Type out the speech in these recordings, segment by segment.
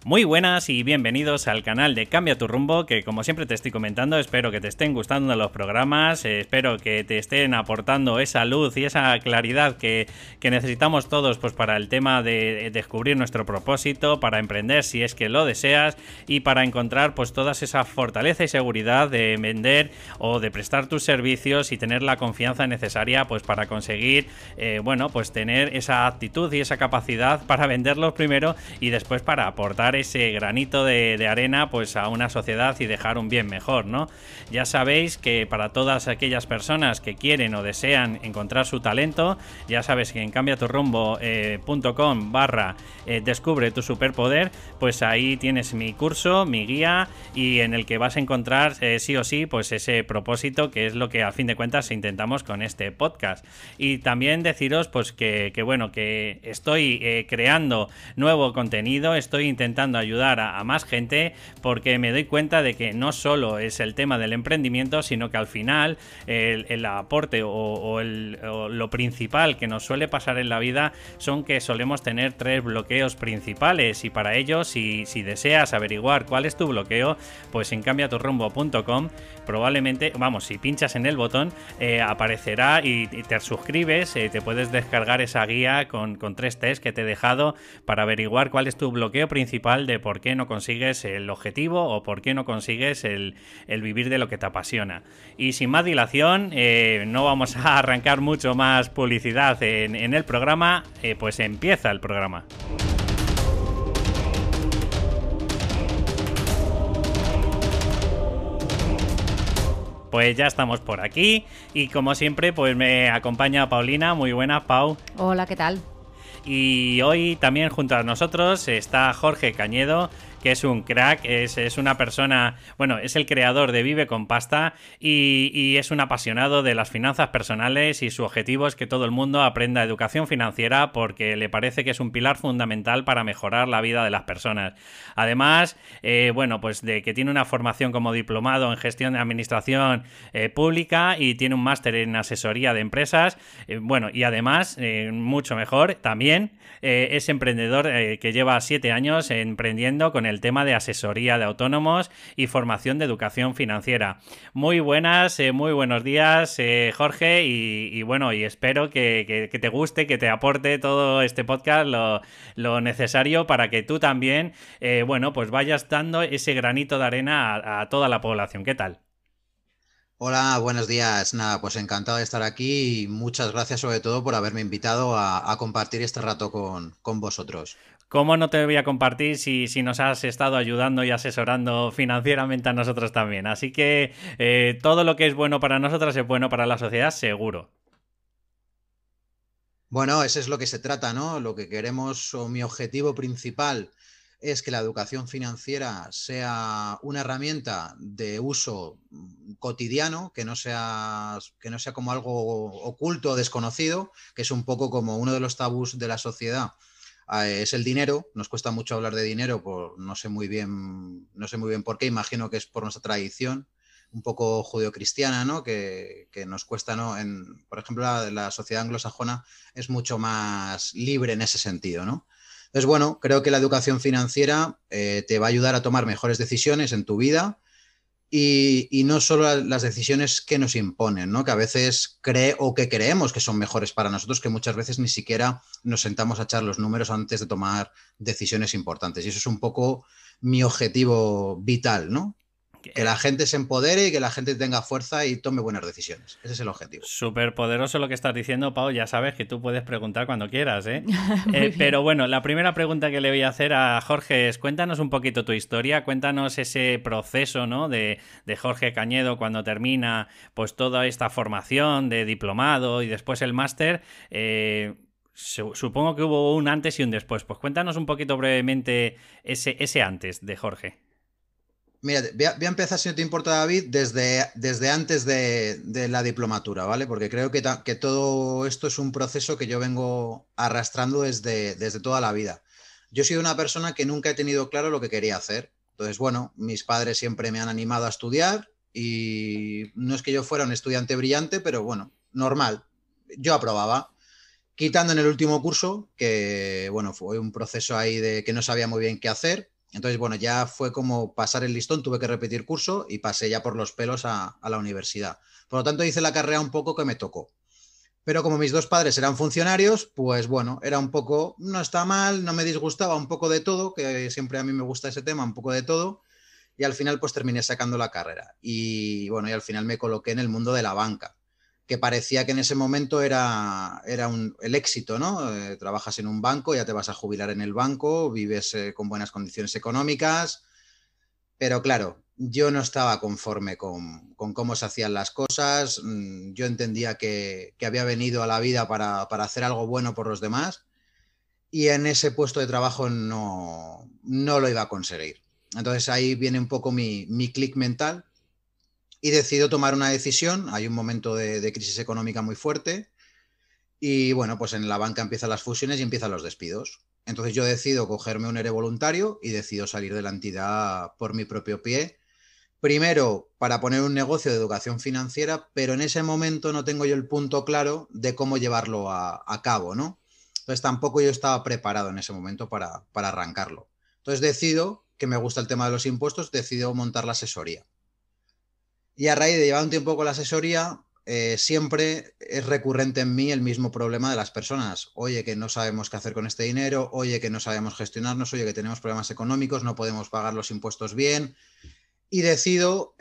Muy buenas y bienvenidos al canal de Cambia tu Rumbo, que como siempre te estoy comentando, espero que te estén gustando los programas, espero que te estén aportando esa luz y esa claridad que necesitamos todos, pues para el tema de descubrir nuestro propósito, para emprender si es que lo deseas y para encontrar pues todas esas fortaleza y seguridad de vender o de prestar tus servicios y tener la confianza necesaria pues para conseguir, bueno, pues tener esa actitud y esa capacidad para venderlos primero y después para aportar ese granito de arena pues a una sociedad y dejar un bien mejor, ¿no? Ya sabéis que para todas aquellas personas que quieren o desean encontrar su talento, ya sabes que en cambiaturrumbo.com/descubre tu superpoder, pues ahí tienes mi curso, mi guía y en el que vas a encontrar sí o sí pues ese propósito que es lo que a fin de cuentas intentamos con este podcast. Y también deciros pues que bueno, que estoy creando nuevo contenido, estoy intentando ayudar a más gente porque me doy cuenta de que no solo es el tema del emprendimiento, sino que al final el aporte o lo principal que nos suele pasar en la vida son que solemos tener tres bloqueos principales y para ello si deseas averiguar cuál es tu bloqueo, pues en cambiaturrumbo.com probablemente, vamos, si pinchas en el botón aparecerá y te suscribes, te puedes descargar esa guía con 3 tests que te he dejado para averiguar cuál es tu bloqueo principal de por qué no consigues el objetivo o por qué no consigues el vivir de lo que te apasiona. Y sin más dilación, no vamos a arrancar mucho más publicidad en el programa, pues empieza el programa. Pues ya estamos por aquí y como siempre pues me acompaña Paulina. Muy buenas, Pau. Hola, ¿qué tal? Y hoy también junto a nosotros está Jorge Cañedo, que es un crack, es una persona, bueno, es el creador de Vive con Pasta y es un apasionado de las finanzas personales y su objetivo es que todo el mundo aprenda educación financiera porque le parece que es un pilar fundamental para mejorar la vida de las personas. Además, bueno, pues de que tiene una formación como diplomado en gestión de administración pública y tiene un máster en asesoría de empresas, bueno, y además, mucho mejor, también es emprendedor que lleva 7 años emprendiendo con el tema de asesoría de autónomos y formación de educación financiera. Muy buenas, muy buenos días, Jorge, y bueno, y espero que te guste, que te aporte todo este podcast lo necesario para que tú también, bueno, pues vayas dando ese granito de arena a toda la población. ¿Qué tal? Hola, buenos días. Nada, pues encantado de estar aquí y muchas gracias sobre todo por haberme invitado a compartir este rato con vosotros. ¿Cómo no te voy a compartir si nos has estado ayudando y asesorando financieramente a nosotros también? Así que todo lo que es bueno para nosotros es bueno para la sociedad, seguro. Bueno, eso es lo que se trata, ¿no? Lo que queremos o mi objetivo principal es que la educación financiera sea una herramienta de uso cotidiano, que no sea como algo oculto o desconocido, que es un poco como uno de los tabús de la sociedad. Es el dinero, nos cuesta mucho hablar de dinero, no sé muy bien por qué, imagino que es por nuestra tradición un poco judeocristiana, ¿no? Que nos cuesta, ¿no? Por ejemplo, la sociedad anglosajona es mucho más libre en ese sentido, ¿no? Entonces, bueno, creo que la educación financiera te va a ayudar a tomar mejores decisiones en tu vida y no solo las decisiones que nos imponen, ¿no? Que a veces que creemos que son mejores para nosotros, que muchas veces ni siquiera nos sentamos a echar los números antes de tomar decisiones importantes. Y eso es un poco mi objetivo vital, ¿no? Que la gente se empodere y que la gente tenga fuerza y tome buenas decisiones. Ese es el objetivo. Súper poderoso lo que estás diciendo, Pau. Ya sabes que tú puedes preguntar cuando quieras, ¿eh? Muy bien. Pero bueno, la primera pregunta que le voy a hacer a Jorge es: cuéntanos un poquito tu historia, cuéntanos ese proceso, ¿no? de Jorge Cañedo cuando termina pues toda esta formación de diplomado y después el máster. Supongo que hubo un antes y un después. Pues cuéntanos un poquito brevemente ese antes de Jorge. Mira, voy a empezar, si no te importa, David, desde antes de la diplomatura, ¿vale? Porque creo que todo esto es un proceso que yo vengo arrastrando desde toda la vida. Yo he sido una persona que nunca he tenido claro lo que quería hacer. Entonces, bueno, mis padres siempre me han animado a estudiar y no es que yo fuera un estudiante brillante, pero bueno, normal. Yo aprobaba. Quitando en el último curso, que bueno, fue un proceso ahí de que no sabía muy bien qué hacer. Entonces, bueno, ya fue como pasar el listón, tuve que repetir curso y pasé ya por los pelos a la universidad. Por lo tanto, hice la carrera un poco que me tocó. Pero como mis dos padres eran funcionarios, pues bueno, era un poco, no está mal, no me disgustaba, un poco de todo, que siempre a mí me gusta ese tema, un poco de todo, y al final pues terminé sacando la carrera. Y bueno, y al final me coloqué en el mundo de la banca, que parecía que en ese momento era el éxito, ¿no? Trabajas en un banco, ya te vas a jubilar en el banco, vives con buenas condiciones económicas, pero claro, yo no estaba conforme con cómo se hacían las cosas. Yo entendía que había venido a la vida para hacer algo bueno por los demás y en ese puesto de trabajo no lo iba a conseguir. Entonces ahí viene un poco mi clic mental y decido tomar una decisión. Hay un momento de crisis económica muy fuerte y bueno, pues en la banca empiezan las fusiones y empiezan los despidos. Entonces yo decido cogerme un ERE voluntario y decido salir de la entidad por mi propio pie. Primero, para poner un negocio de educación financiera, pero en ese momento no tengo yo el punto claro de cómo llevarlo a cabo, ¿no? Entonces tampoco yo estaba preparado en ese momento para arrancarlo. Entonces decido, que me gusta el tema de los impuestos, decido montar la asesoría. Y a raíz de llevar un tiempo con la asesoría, siempre es recurrente en mí el mismo problema de las personas. Oye, que no sabemos qué hacer con este dinero, oye, que no sabemos gestionarnos, oye, que tenemos problemas económicos, no podemos pagar los impuestos bien. Y decido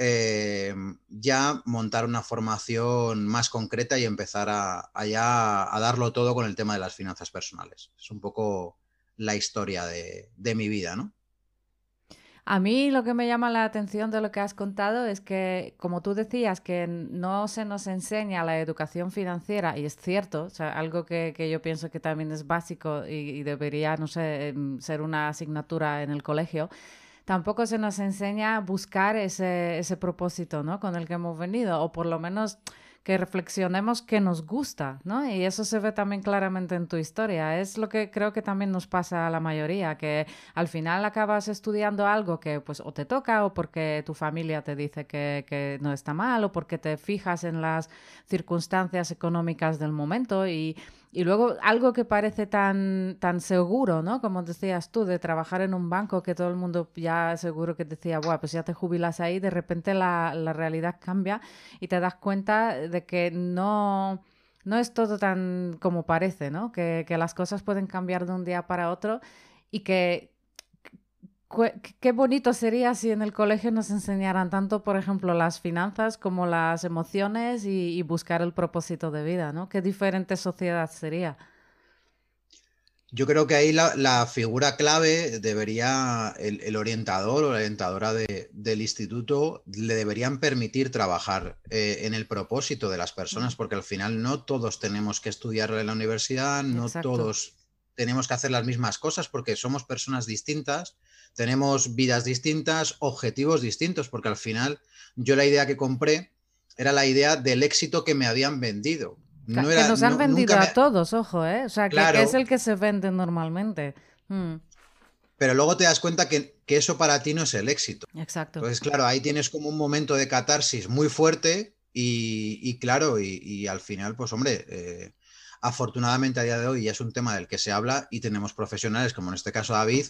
ya montar una formación más concreta y empezar a darlo todo con el tema de las finanzas personales. Es un poco la historia de mi vida, ¿no? A mí lo que me llama la atención de lo que has contado es que, como tú decías, que no se nos enseña la educación financiera, y es cierto, o sea, algo que yo pienso que también es básico y debería, no sé, ser una asignatura en el colegio. Tampoco se nos enseña a buscar ese propósito, ¿no? Con el que hemos venido, o por lo menos que reflexionemos qué nos gusta, ¿no? Y eso se ve también claramente en tu historia. Es lo que creo que también nos pasa a la mayoría, que al final acabas estudiando algo que pues o te toca o porque tu familia te dice que no está mal o porque te fijas en las circunstancias económicas del momento y luego algo que parece tan seguro, ¿no? Como decías tú, de trabajar en un banco que todo el mundo ya seguro que decía, buah, pues ya te jubilas ahí, de repente la realidad cambia y te das cuenta de que no es todo tan como parece, ¿no? Que las cosas pueden cambiar de un día para otro y que qué bonito sería si en el colegio nos enseñaran tanto, por ejemplo, las finanzas como las emociones y buscar el propósito de vida, ¿no? Qué diferente sociedad sería. Yo creo que ahí la figura clave debería, el orientador o la orientadora del instituto le deberían permitir trabajar en el propósito de las personas, porque al final no todos tenemos que estudiar en la universidad, no Exacto. todos tenemos que hacer las mismas cosas, porque somos personas distintas, tenemos vidas distintas, objetivos distintos, porque al final yo la idea que compré era la idea del éxito que me habían vendido. No Que era, nos han vendido nunca me... a todos, ojo, ¿eh? O sea, que es Claro, el que se vende normalmente. Mm, pero luego te das cuenta que eso para ti no es el éxito. exacto. Entonces, claro, ahí tienes como un momento de catarsis muy fuerte y claro, y al final, pues hombre, afortunadamente a día de hoy ya es un tema del que se habla y tenemos profesionales, como en este caso David,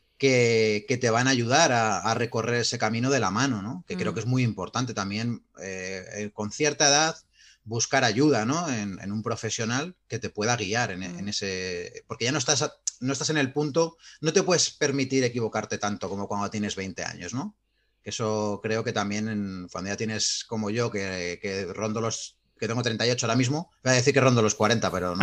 que te van a ayudar a recorrer ese camino de la mano, ¿no? Que creo Mm, que es muy importante también con cierta edad buscar ayuda, ¿no? En un profesional que te pueda guiar en mm. ese... Porque ya no estás en el punto, no te puedes permitir equivocarte tanto como cuando tienes 20 años, ¿no? Que eso creo que también cuando ya tienes como yo, que rondo los... que tengo 38 ahora mismo, voy a decir que rondo los 40, pero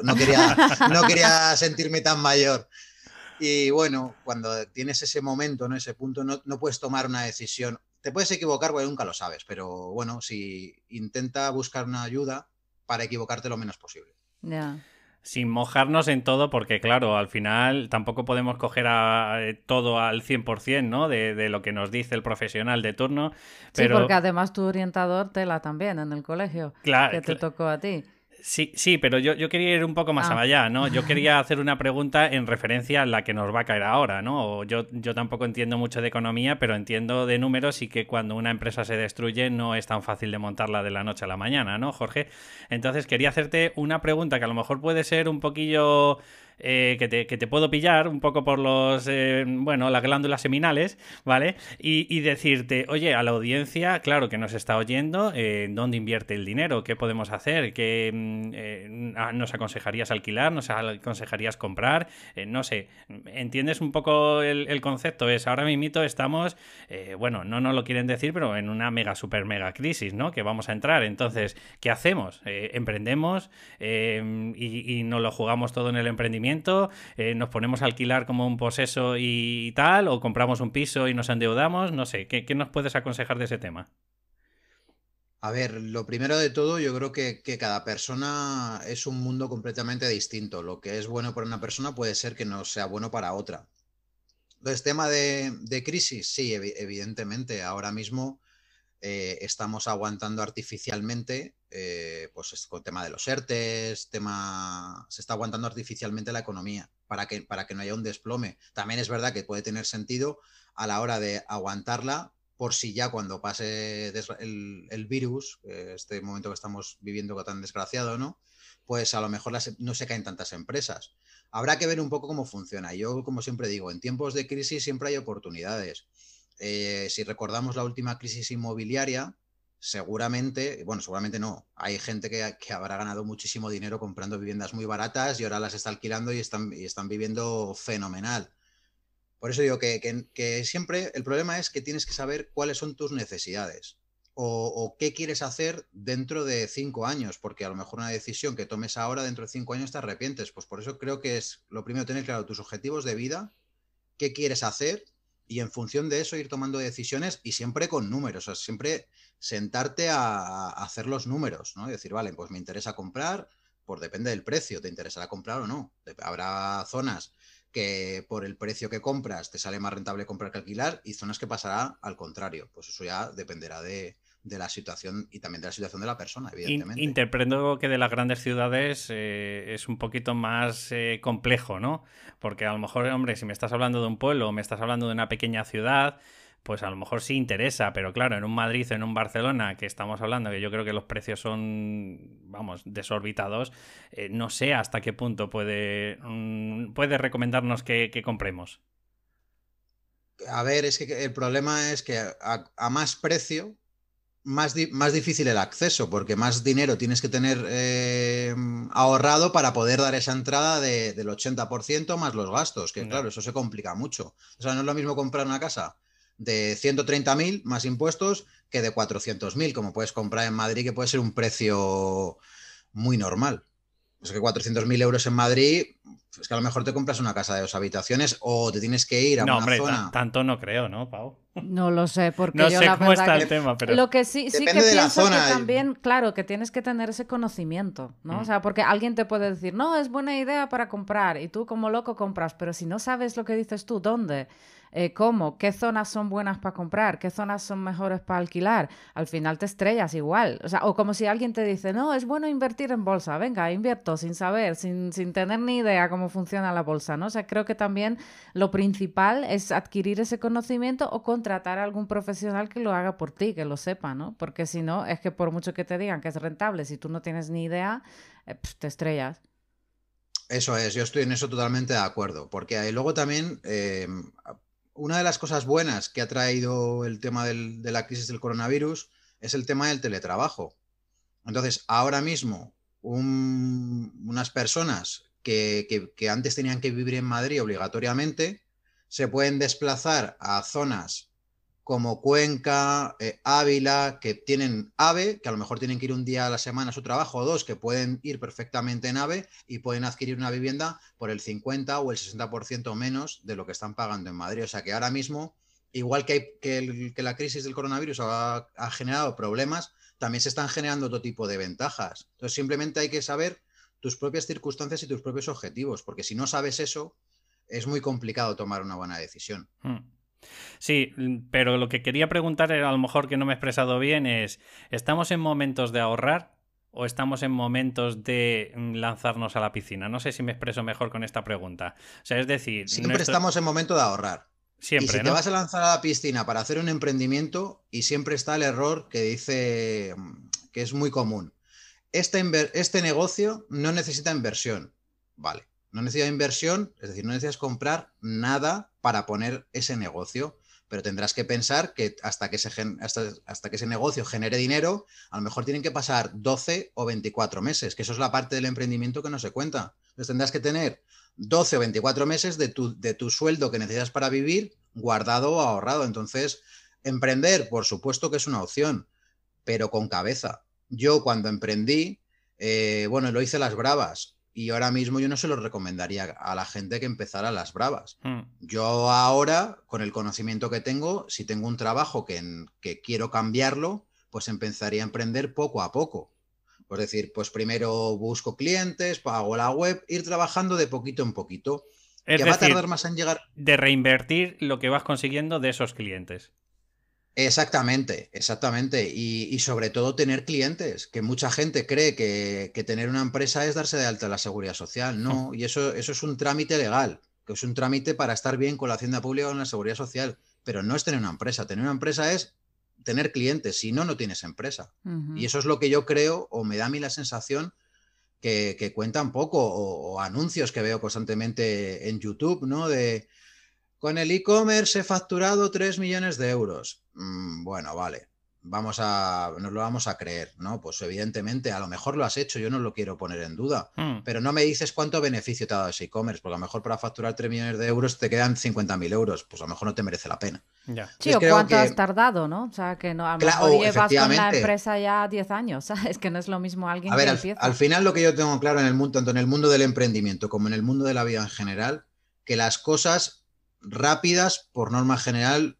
no quería sentirme tan mayor. Y bueno, cuando tienes ese momento, ¿no? Ese punto, no puedes tomar una decisión. Te puedes equivocar porque nunca lo sabes, pero bueno, si intenta buscar una ayuda para equivocarte lo menos posible. Ya. Sin mojarnos en todo, porque claro, al final tampoco podemos coger todo al 100%, ¿no? De lo que nos dice el profesional de turno, Sí, porque pero además tu orientador tela también en el colegio, claro, que te tocó a ti. sí, sí, pero yo quería ir un poco más Ah, allá, ¿no? Yo quería hacer una pregunta en referencia a la que nos va a caer ahora, ¿no? Yo tampoco entiendo mucho de economía, pero entiendo de números y que cuando una empresa se destruye no es tan fácil de montarla de la noche a la mañana, ¿no, Jorge? Entonces quería hacerte una pregunta que a lo mejor puede ser un poquillo que te puedo pillar un poco por los, las glándulas seminales, ¿vale? Y decirte, oye, a la audiencia, claro, que nos está oyendo, ¿dónde invierte el dinero? ¿Qué podemos hacer? ¿Qué nos aconsejarías alquilar? ¿Nos aconsejarías comprar? No sé, ¿entiendes un poco el concepto? Es, ahora mismo estamos, no nos lo quieren decir, pero en una super mega crisis, ¿no? Que vamos a entrar. Entonces, ¿qué hacemos? ¿Emprendemos y nos lo jugamos todo en el emprendimiento? ¿Nos ponemos a alquilar como un poseso y tal? ¿O compramos un piso y nos endeudamos? No sé, ¿qué nos puedes aconsejar de ese tema? A ver, lo primero de todo, yo creo que cada persona es un mundo completamente distinto. Lo que es bueno para una persona puede ser que no sea bueno para otra. Entonces, tema de crisis, sí, evidentemente. Ahora mismo estamos aguantando artificialmente, pues con tema de los ERTES, se está aguantando artificialmente la economía para que no haya un desplome. También es verdad que puede tener sentido a la hora de aguantarla por si ya cuando pase el virus, este momento que estamos viviendo tan desgraciado, ¿no? Pues a lo mejor no se caen tantas empresas. Habrá que ver un poco cómo funciona. Yo, como siempre digo, en tiempos de crisis siempre hay oportunidades. Si recordamos la última crisis inmobiliaria, seguramente no, hay gente que habrá ganado muchísimo dinero comprando viviendas muy baratas y ahora las está alquilando y están viviendo fenomenal. Por eso digo que siempre el problema es que tienes que saber cuáles son tus necesidades o qué quieres hacer dentro de 5 años, porque a lo mejor una decisión que tomes ahora dentro de 5 años te arrepientes. Pues por eso creo que es lo primero tener claro tus objetivos de vida, qué quieres hacer y en función de eso ir tomando decisiones y siempre con números, o sea, siempre sentarte a hacer los números, ¿no? Y decir, vale, pues me interesa comprar, pues depende del precio, ¿te interesará comprar o no? Habrá zonas que por el precio que compras te sale más rentable comprar que alquilar y zonas que pasará al contrario, pues eso ya dependerá de la situación y también de la situación de la persona, evidentemente. Interpreto que de las grandes ciudades es un poquito más complejo, ¿no? Porque a lo mejor, hombre, si me estás hablando de un pueblo o me estás hablando de una pequeña ciudad, pues a lo mejor sí interesa, pero claro, en un Madrid o en un Barcelona, que estamos hablando, que yo creo que los precios son, vamos, desorbitados, no sé hasta qué punto puede recomendarnos que compremos. A ver, es que el problema es que a más precio más difícil el acceso, porque más dinero tienes que tener ahorrado para poder dar esa entrada del 80% más los gastos, que claro, eso se complica mucho. O sea, no es lo mismo comprar una casa de 130.000 más impuestos que de 400.000, como puedes comprar en Madrid, que puede ser un precio muy normal. Es que 400.000 euros en Madrid, es que a lo mejor te compras una casa de 2 habitaciones o te tienes que ir a No, una hombre, zona. tanto no creo, ¿no, Pau? No lo sé, porque no yo sé la cómo verdad está que el tema, pero lo que sí Depende que de la pienso zona. que también, claro, que tienes que tener ese conocimiento, ¿no? O sea, porque alguien te puede decir, no, es buena idea para comprar, y tú como loco compras, pero si no sabes lo que dices tú, ¿dónde? ¿Cómo? ¿Qué zonas son buenas para comprar? ¿Qué zonas son mejores para alquilar? Al final te estrellas igual. O sea, o como si alguien te dice, no, es bueno invertir en bolsa. Venga, invierto sin saber, sin tener ni idea cómo funciona la bolsa, ¿no? O sea, creo que también lo principal es adquirir ese conocimiento o contratar a algún profesional que lo haga por ti, que lo sepa, ¿no? Porque si no, es que por mucho que te digan que es rentable, si tú no tienes ni idea, te estrellas. Eso es, yo estoy en eso totalmente de acuerdo, porque luego también una de las cosas buenas que ha traído el tema de la crisis del coronavirus es el tema del teletrabajo. Entonces, ahora mismo, unas personas que antes tenían que vivir en Madrid obligatoriamente se pueden desplazar a zonas como Cuenca, Ávila, que tienen AVE, que a lo mejor tienen que ir un día a la semana a su trabajo o dos, que pueden ir perfectamente en AVE y pueden adquirir una vivienda por el 50 o el 60% menos de lo que están pagando en Madrid. O sea que ahora mismo, igual que la crisis del coronavirus ha generado problemas, también se están generando otro tipo de ventajas. Entonces simplemente hay que saber tus propias circunstancias y tus propios objetivos, porque si no sabes eso, es muy complicado tomar una buena decisión. Sí, pero lo que quería preguntar era, a lo mejor que no me he expresado bien, es, ¿estamos en momentos de ahorrar o estamos en momentos de lanzarnos a la piscina? No sé si me expreso mejor con esta pregunta. O sea, es decir, Siempre estamos en momento de ahorrar. Siempre, y si ¿no? te vas a lanzar a la piscina para hacer un emprendimiento, y siempre está el error que dice que es muy común. Este negocio no necesita inversión. Vale, No necesitas inversión, es decir, no necesitas comprar nada para poner ese negocio, pero tendrás que pensar que hasta que ese negocio genere dinero, a lo mejor tienen que pasar 12 o 24 meses, que eso es la parte del emprendimiento que no se cuenta. Entonces tendrás que tener 12 o 24 meses de tu sueldo que necesitas para vivir guardado o ahorrado. Entonces, emprender, por supuesto que es una opción, pero con cabeza. Yo cuando emprendí, bueno, lo hice las bravas y ahora mismo yo no se lo recomendaría a la gente que empezara las bravas. Yo ahora, con el conocimiento que tengo, si tengo un trabajo que quiero cambiarlo, pues empezaría a emprender poco a poco. Es decir, pues primero busco clientes, pago la web, ir trabajando de poquito en poquito. Es ¿Que decir, va a tardar más en llegar? De reinvertir lo que vas consiguiendo de esos clientes. Exactamente, exactamente. Y sobre todo tener clientes, que mucha gente cree que tener una empresa es darse de alta en la seguridad social. No, y eso es un trámite legal, que es un trámite para estar bien con la hacienda pública o con la seguridad social, pero no es tener una empresa. Tener una empresa es tener clientes, si no, no tienes empresa. Y eso es lo que yo creo, o me da a mí la sensación que cuentan poco, o anuncios que veo constantemente en YouTube, ¿no? Con el e-commerce he facturado 3 millones de euros. Bueno, vale, nos lo vamos a creer, ¿no? Pues evidentemente, a lo mejor lo has hecho, yo no lo quiero poner en duda, pero no me dices cuánto beneficio te ha dado ese e-commerce, porque a lo mejor para facturar 3 millones de euros te quedan 50.000 euros, pues a lo mejor no te merece la pena. Ya. Sí, Entonces o creo cuánto has que, tardado, ¿no? O sea, que no, a lo mejor claro, llevas con la efectivamente, empresa ya 10 años, ¿sabes? Que no es lo mismo alguien a que ver, al empieza. final lo que yo tengo claro en el mundo, tanto en el mundo del emprendimiento como en el mundo de la vida en general, que las cosas rápidas, por norma general,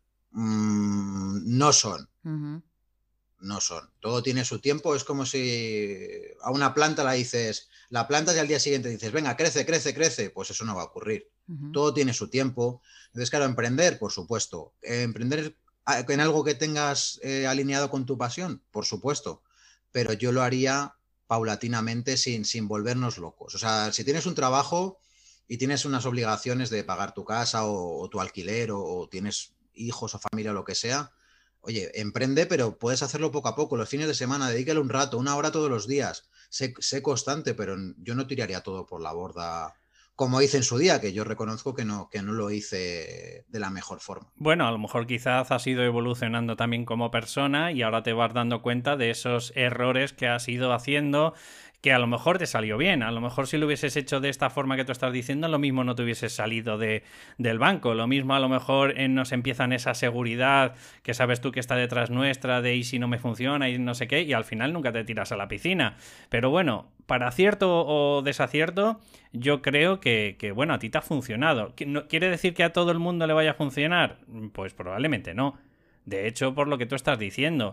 no son. Ujú. No son. Todo tiene su tiempo. Es como si a una planta la plantas y al día siguiente dices, venga, crece, crece, crece. Pues eso no va a ocurrir. Ujú. Todo tiene su tiempo. Entonces, claro, emprender, por supuesto. Emprender en algo que tengas alineado con tu pasión, por supuesto. Pero yo lo haría paulatinamente sin volvernos locos. O sea, si tienes un trabajo y tienes unas obligaciones de pagar tu casa o tu alquiler o tienes hijos o familia o lo que sea, oye, emprende, pero puedes hacerlo poco a poco, los fines de semana, dedícale un rato, una hora todos los días. Sé constante, pero yo no tiraría todo por la borda como hice en su día, que yo reconozco que no lo hice de la mejor forma. Bueno, a lo mejor quizás has ido evolucionando también como persona y ahora te vas dando cuenta de esos errores que has ido haciendo, que a lo mejor te salió bien. A lo mejor si lo hubieses hecho de esta forma que tú estás diciendo, lo mismo no te hubieses salido del banco. Lo mismo a lo mejor nos empiezan esa seguridad que sabes tú que está detrás nuestra de y si no me funciona y no sé qué, y al final nunca te tiras a la piscina. Pero bueno, para acierto o desacierto, yo creo que bueno, a ti te ha funcionado. ¿Quiere decir que a todo el mundo le vaya a funcionar? Pues probablemente no. De hecho, por lo que tú estás diciendo,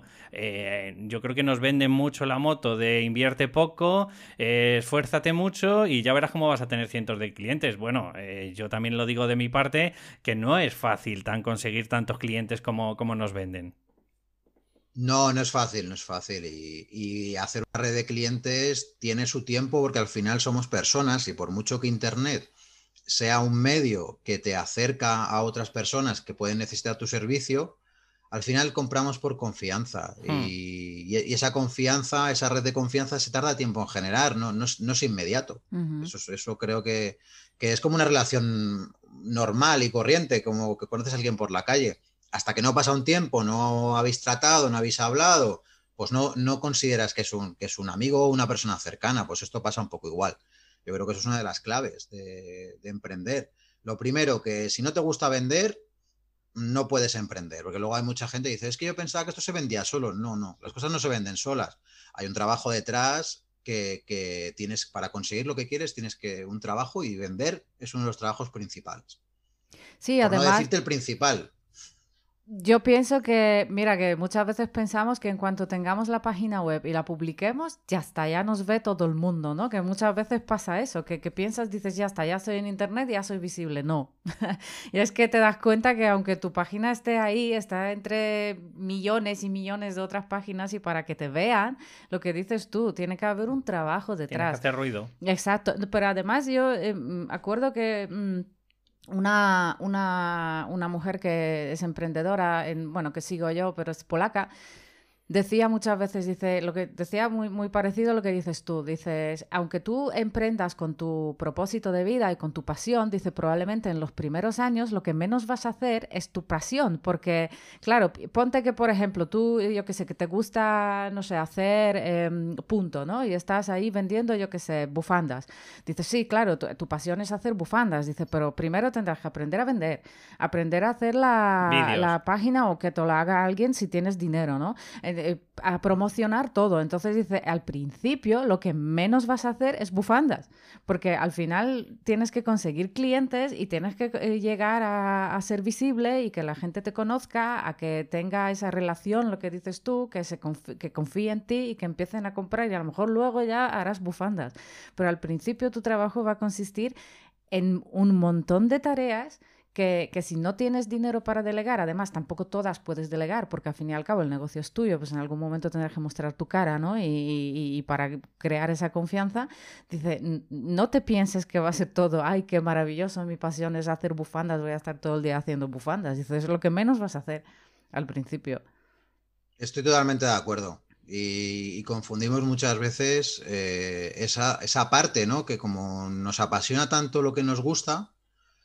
yo creo que nos venden mucho la moto de invierte poco, esfuérzate mucho y ya verás cómo vas a tener cientos de clientes. Bueno, yo también lo digo de mi parte, que no es fácil conseguir tantos clientes como nos venden. No, no es fácil, no es fácil. Y hacer una red de clientes tiene su tiempo porque al final somos personas y por mucho que Internet sea un medio que te acerca a otras personas que pueden necesitar tu servicio, al final compramos por confianza y esa confianza, esa red de confianza se tarda tiempo en generar, no es inmediato. Ujú. Eso creo que es como una relación normal y corriente, como que conoces a alguien por la calle. Hasta que no pasa un tiempo, no habéis tratado, no habéis hablado, pues no consideras que es un amigo o una persona cercana, pues esto pasa un poco igual. Yo creo que eso es una de las claves de emprender. Lo primero, que si no te gusta vender, no puedes emprender, porque luego hay mucha gente que dice, es que yo pensaba que esto se vendía solo. No, las cosas no se venden solas. Hay un trabajo detrás que tienes, para conseguir lo que quieres, tienes que un trabajo y vender es uno de los trabajos principales. Sí, Por no además, decirte el principal. yo pienso que, mira, que muchas veces pensamos que en cuanto tengamos la página web y la publiquemos, ya está, ya nos ve todo el mundo, ¿no? Que muchas veces pasa eso, que piensas, dices, ya está, ya estoy en internet, ya soy visible. No. Y es que te das cuenta que aunque tu página esté ahí, está entre millones y millones de otras páginas y para que te vean, lo que dices tú, tiene que haber un trabajo Tienes que detrás. hacer ruido. Exacto, pero además yo acuerdo que una mujer que es emprendedora, bueno, que sigo yo, pero es polaca, Decía muchas veces, dice, lo que decía muy, muy parecido a lo que dices tú. Dices, aunque tú emprendas con tu propósito de vida y con tu pasión, dice, probablemente en los primeros años lo que menos vas a hacer es tu pasión. Porque, claro, ponte que, por ejemplo, tú, yo qué sé, que te gusta, no sé, hacer punto, ¿no? Y estás ahí vendiendo, yo qué sé, bufandas. Dices, sí, claro, tu pasión es hacer bufandas. Dice, pero primero tendrás que aprender a vender, aprender a hacer Vídeos. la página o que te lo haga alguien si tienes dinero, ¿no? A promocionar todo. Entonces dice, al principio lo que menos vas a hacer es bufandas, porque al final tienes que conseguir clientes y tienes que llegar a ser visible y que la gente te conozca, a que tenga esa relación, lo que dices tú, que confíe en ti y que empiecen a comprar y a lo mejor luego ya harás bufandas. Pero al principio tu trabajo va a consistir en un montón de tareas que si no tienes dinero para delegar, además tampoco todas puedes delegar, porque al fin y al cabo el negocio es tuyo, pues en algún momento tendrás que mostrar tu cara, ¿no? Y para crear esa confianza, dice, no te pienses que va a ser todo, ay, qué maravilloso, mi pasión es hacer bufandas, voy a estar todo el día haciendo bufandas. Dice, es lo que menos vas a hacer al principio. Estoy totalmente de acuerdo. Y confundimos muchas veces esa parte, ¿no? Que como nos apasiona tanto lo que nos gusta,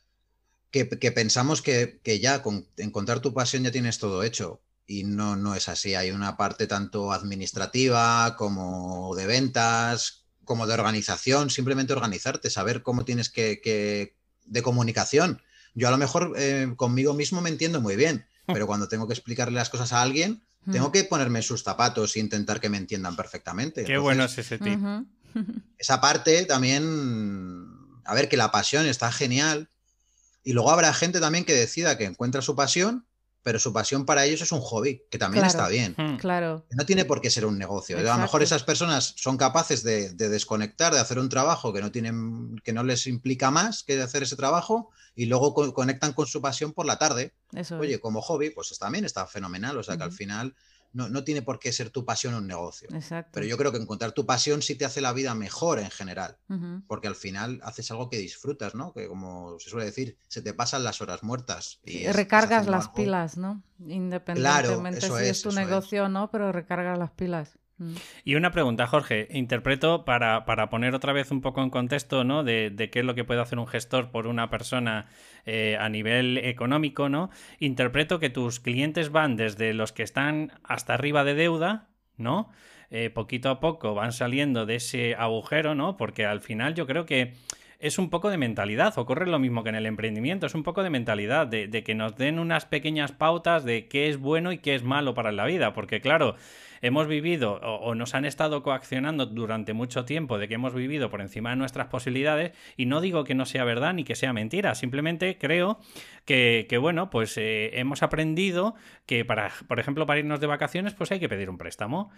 que pensamos que ya con encontrar tu pasión ya tienes todo hecho. Y no, no es así. Hay una parte tanto administrativa como de ventas, como de organización, simplemente organizarte, saber cómo tienes de comunicación. Yo a lo mejor conmigo mismo me entiendo muy bien, pero cuando tengo que explicarle las cosas a alguien, tengo que ponerme en sus zapatos e intentar que me entiendan perfectamente. Qué bueno Entonces, es ese tip. esa parte también, a ver, que la pasión está genial, y luego habrá gente también que decida que encuentra su pasión, pero su pasión para ellos es un hobby, que también está Claro, bien. Hmm. claro, No tiene por qué ser un negocio. A lo mejor exacto. esas personas son capaces de desconectar, de hacer un trabajo que no tienen, que no les implica más que hacer ese trabajo, y luego conectan con su pasión por la tarde. Eso Oye, es. como hobby, pues también está fenomenal. O sea que al final no tiene por qué ser tu pasión un negocio. Pero Exacto. yo creo que encontrar tu pasión sí te hace la vida mejor en general, Ujú. porque al final haces algo que disfrutas, ¿no? Que como se suele decir, se te pasan las horas muertas Sí, y estás recargas haciendo las algo. pilas, ¿no? Claro, Independientemente eso si es es, tu eso es. negocio o no, pero recargas las pilas. Y una pregunta, Jorge. Interpreto para poner otra vez un poco en contexto, ¿no? De qué es lo que puede hacer un gestor por una persona a nivel económico, ¿no? Interpreto que tus clientes van desde los que están hasta arriba de deuda, ¿no? Poquito a poco van saliendo de ese agujero, ¿no? Porque al final yo creo que es un poco de mentalidad. Ocurre lo mismo que en el emprendimiento. Es un poco de mentalidad, de que nos den unas pequeñas pautas de qué es bueno y qué es malo para la vida. Porque claro, hemos vivido o nos han estado coaccionando durante mucho tiempo de que hemos vivido por encima de nuestras posibilidades, y no digo que no sea verdad ni que sea mentira, simplemente creo que bueno, pues hemos aprendido que por ejemplo, para irnos de vacaciones pues hay que pedir un préstamo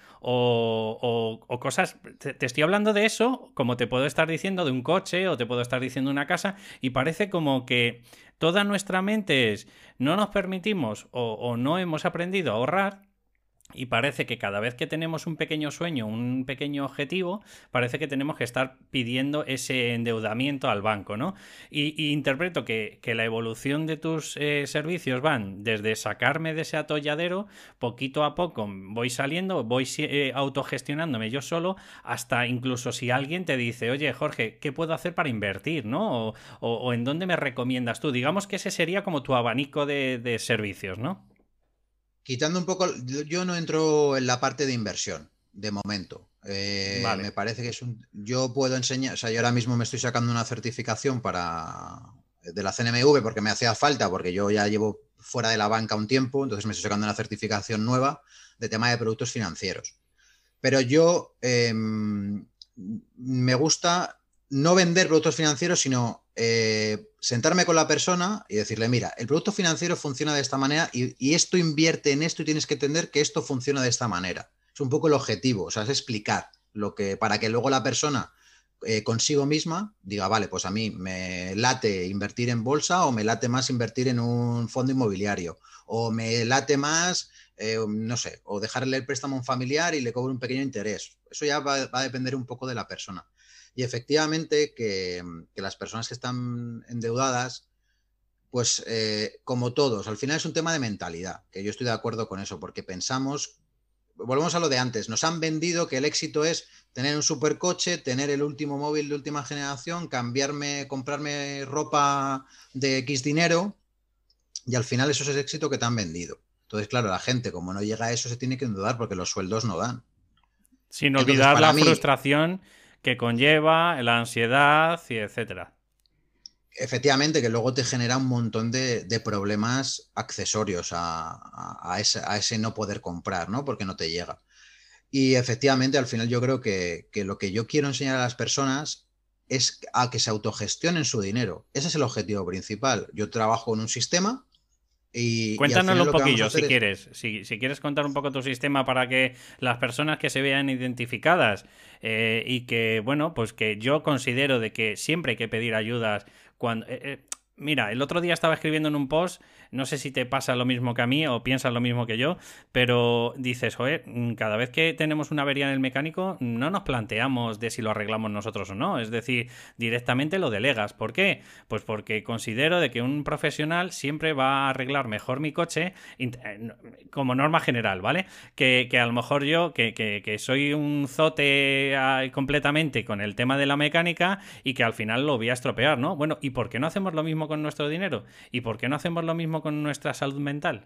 o cosas, te estoy hablando de eso como te puedo estar diciendo de un coche o te puedo estar diciendo una casa, y parece como que toda nuestra mente es no nos permitimos o no hemos aprendido a ahorrar. Y parece que cada vez que tenemos un pequeño sueño, un pequeño objetivo, parece que tenemos que estar pidiendo ese endeudamiento al banco, ¿no? Y interpreto que la evolución de tus servicios van desde sacarme de ese atolladero, poquito a poco voy saliendo, voy autogestionándome yo solo, hasta incluso si alguien te dice, oye, Jorge, ¿qué puedo hacer para invertir, ¿no? O en dónde me recomiendas tú. Digamos que ese sería como tu abanico de servicios, ¿no? Quitando un poco, yo no entro en la parte de inversión, de momento. Vale. Me parece que yo puedo enseñar, o sea, yo ahora mismo me estoy sacando una certificación de la CNMV porque me hacía falta, porque yo ya llevo fuera de la banca un tiempo, entonces me estoy sacando una certificación nueva de tema de productos financieros. Pero yo me gusta no vender productos financieros, sino sentarme con la persona y decirle, mira, el producto financiero funciona de esta manera y esto invierte en esto y tienes que entender que esto funciona de esta manera. Es un poco el objetivo, o sea, es explicar para que luego la persona consigo misma diga, vale, pues a mí me late invertir en bolsa o me late más invertir en un fondo inmobiliario o me late más no sé, o dejarle el préstamo a un familiar y le cobre un pequeño interés. Eso ya va a depender un poco de la persona. Y efectivamente que las personas que están endeudadas, pues como todos, al final es un tema de mentalidad, que yo estoy de acuerdo con eso, porque pensamos volvemos a lo de antes, nos han vendido que el éxito es tener un supercoche, tener el último móvil de última generación, comprarme ropa de X dinero, y al final eso es el éxito que te han vendido. Entonces, claro, la gente, como no llega a eso, se tiene que endeudar porque los sueldos no dan. Sin Entonces, olvidar para la mí, frustración que conlleva, la ansiedad, y etcétera. efectivamente, que luego te genera un montón de problemas accesorios a ese no poder comprar, ¿no? Porque no te llega. Y efectivamente, al final yo creo que lo que yo quiero enseñar a las personas es a que se autogestionen su dinero. Ese es el objetivo principal. Yo trabajo en un sistema y al Cuéntanoslo final un lo que vamos a poquillo, hacer si es... quieres. Si quieres contar un poco tu sistema para que las personas que se vean identificadas y que, bueno, pues que yo considero de que siempre hay que pedir ayudas cuando... mira, el otro día estaba escribiendo en un post, no sé si te pasa lo mismo que a mí o piensas lo mismo que yo, pero dices, joder, cada vez que tenemos una avería en el mecánico no nos planteamos de si lo arreglamos nosotros o no, es decir, directamente lo delegas. ¿Por qué? Pues porque considero de que un profesional siempre va a arreglar mejor mi coche como norma general, ¿vale? Que a lo mejor yo, que soy un zote completamente con el tema de la mecánica y que al final lo voy a estropear, ¿no? Bueno, ¿y por qué no hacemos lo mismo con nuestro dinero? ¿Y por qué no hacemos lo mismo con nuestra salud mental?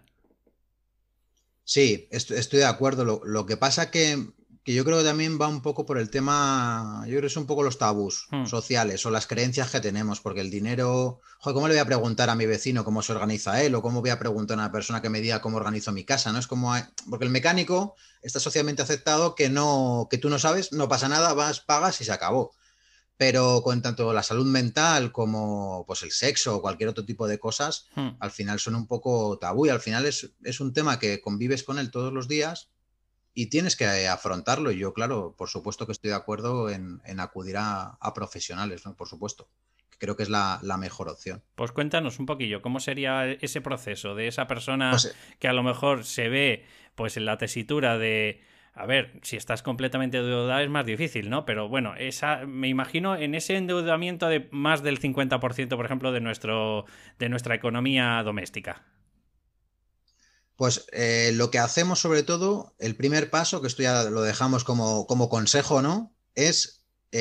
Sí, estoy de acuerdo. Lo que pasa que yo creo que también va un poco por el tema, yo creo que es un poco los tabús Hmm. sociales o las creencias que tenemos, porque el dinero, joder, ¿cómo le voy a preguntar a mi vecino cómo se organiza él? O cómo voy a preguntar a una persona que me diga cómo organizo mi casa, ¿no? Es como, porque el mecánico está socialmente aceptado que no, que tú no sabes, no pasa nada, vas, pagas y se acabó. Pero con tanto la salud mental como pues el sexo o cualquier otro tipo de cosas, Hmm. al final son un poco tabú y al final es un tema que convives con él todos los días y tienes que afrontarlo. Y yo, claro, por supuesto que estoy de acuerdo en acudir a profesionales, ¿no? Por supuesto, que creo que es la mejor opción. Pues cuéntanos un poquillo, ¿cómo sería ese proceso de esa persona Pues que a lo mejor se ve pues en la tesitura de, a ver, si estás completamente endeudada es más difícil, ¿no? Pero bueno, me imagino en ese endeudamiento de más del 50%, por ejemplo, de nuestra economía doméstica. Pues lo que hacemos sobre todo, el primer paso, que esto ya lo dejamos como consejo, ¿no? Es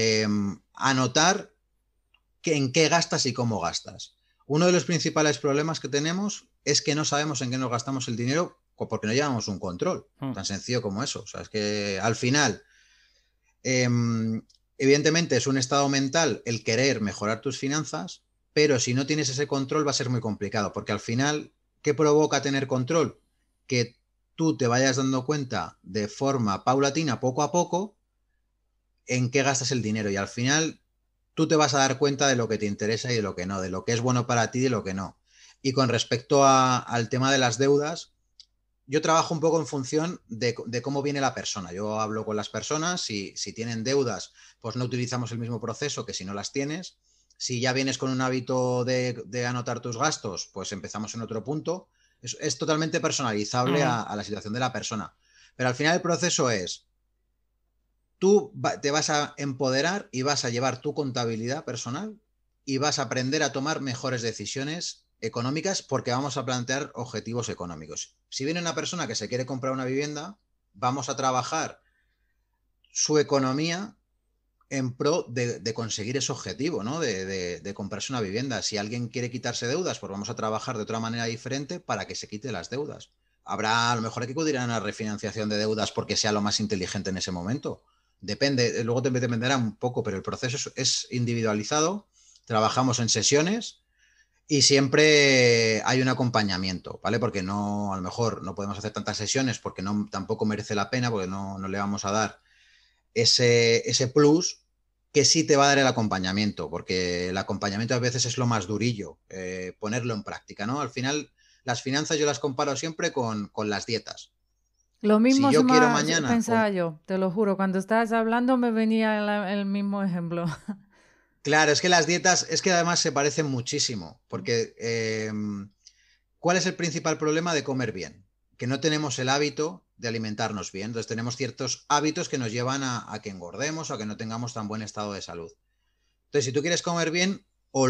anotar en qué gastas y cómo gastas. Uno de los principales problemas que tenemos es que no sabemos en qué nos gastamos el dinero porque no llevamos un control. Hmm. Tan sencillo como eso. O sea, es que al final, eh, evidentemente es un estado mental el querer mejorar tus finanzas, pero si no tienes ese control va a ser muy complicado, porque al final, ¿qué provoca tener control? Que tú te vayas dando cuenta de forma paulatina, poco a poco, en qué gastas el dinero y al final tú te vas a dar cuenta de lo que te interesa y de lo que no, de lo que es bueno para ti y de lo que no. Y con respecto al tema de las deudas, yo trabajo un poco en función de cómo viene la persona. Yo hablo con las personas, si tienen deudas, pues no utilizamos el mismo proceso que si no las tienes. Si ya vienes con un hábito de anotar tus gastos, pues empezamos en otro punto. Es totalmente personalizable Ujú. a la situación de la persona. Pero al final el proceso es, tú te vas a empoderar y vas a llevar tu contabilidad personal y vas a aprender a tomar mejores decisiones económicas porque vamos a plantear objetivos económicos. Si viene una persona que se quiere comprar una vivienda, vamos a trabajar su economía en pro de conseguir ese objetivo, ¿no? De comprarse una vivienda. Si alguien quiere quitarse deudas, pues vamos a trabajar de otra manera diferente para que se quite las deudas. Habrá, a lo mejor hay que acudir a una refinanciación de deudas porque sea lo más inteligente en ese momento. Depende, luego te dependerá un poco, pero el proceso es individualizado. Trabajamos en sesiones y siempre hay un acompañamiento, ¿vale? Porque no, a lo mejor no podemos hacer tantas sesiones porque no, tampoco merece la pena, porque no le vamos a dar ese plus que sí te va a dar el acompañamiento, porque el acompañamiento a veces es lo más durillo, ponerlo en práctica, ¿no? Al final, las finanzas yo las comparo siempre con las dietas. Lo Si mismo yo quiero mañana, pensaba yo, te lo juro, cuando estabas hablando me venía el mismo ejemplo. claro, es que las dietas, es que además se parecen muchísimo, porque ¿cuál es el principal problema de comer bien? Que no tenemos el hábito de alimentarnos bien. Entonces tenemos ciertos hábitos que nos llevan a que engordemos o a que no tengamos tan buen estado de salud. Entonces, si tú quieres comer bien,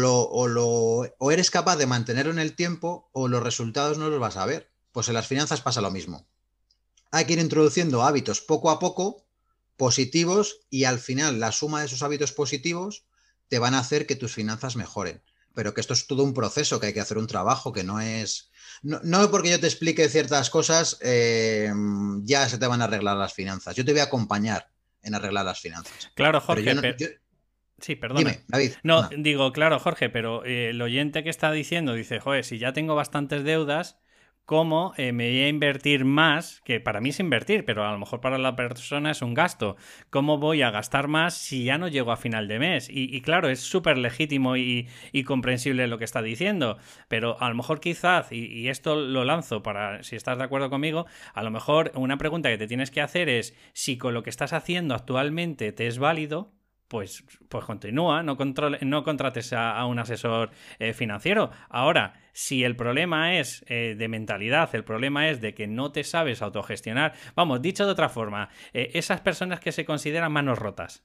o eres capaz de mantenerlo en el tiempo o los resultados no los vas a ver. Pues en las finanzas pasa lo mismo. hay que ir introduciendo hábitos poco a poco positivos y al final la suma de esos hábitos positivos te van a hacer que tus finanzas mejoren. Pero que esto es todo un proceso, que hay que hacer un trabajo, que no es... No porque yo te explique ciertas cosas, ya se te van a arreglar las finanzas. Yo te voy a acompañar en arreglar las finanzas. Claro, Pero Jorge, sí, perdona. Dime, David. No, digo, claro, Jorge, pero el oyente que está diciendo dice, joder, si ya tengo bastantes deudas, ¿cómo me voy a invertir más? Que para mí es invertir, pero a lo mejor para la persona es un gasto. ¿Cómo voy a gastar más si ya no llego a final de mes? Y claro, es súper legítimo y comprensible lo que está diciendo, pero a lo mejor quizás, y esto lo lanzo para si estás de acuerdo conmigo, a lo mejor una pregunta que te tienes que hacer es si con lo que estás haciendo actualmente te es válido. Pues continúa, no contrates a un asesor financiero. Ahora, si el problema es de mentalidad, el problema es de que no te sabes autogestionar, vamos, dicho de otra forma, esas personas que se consideran manos rotas,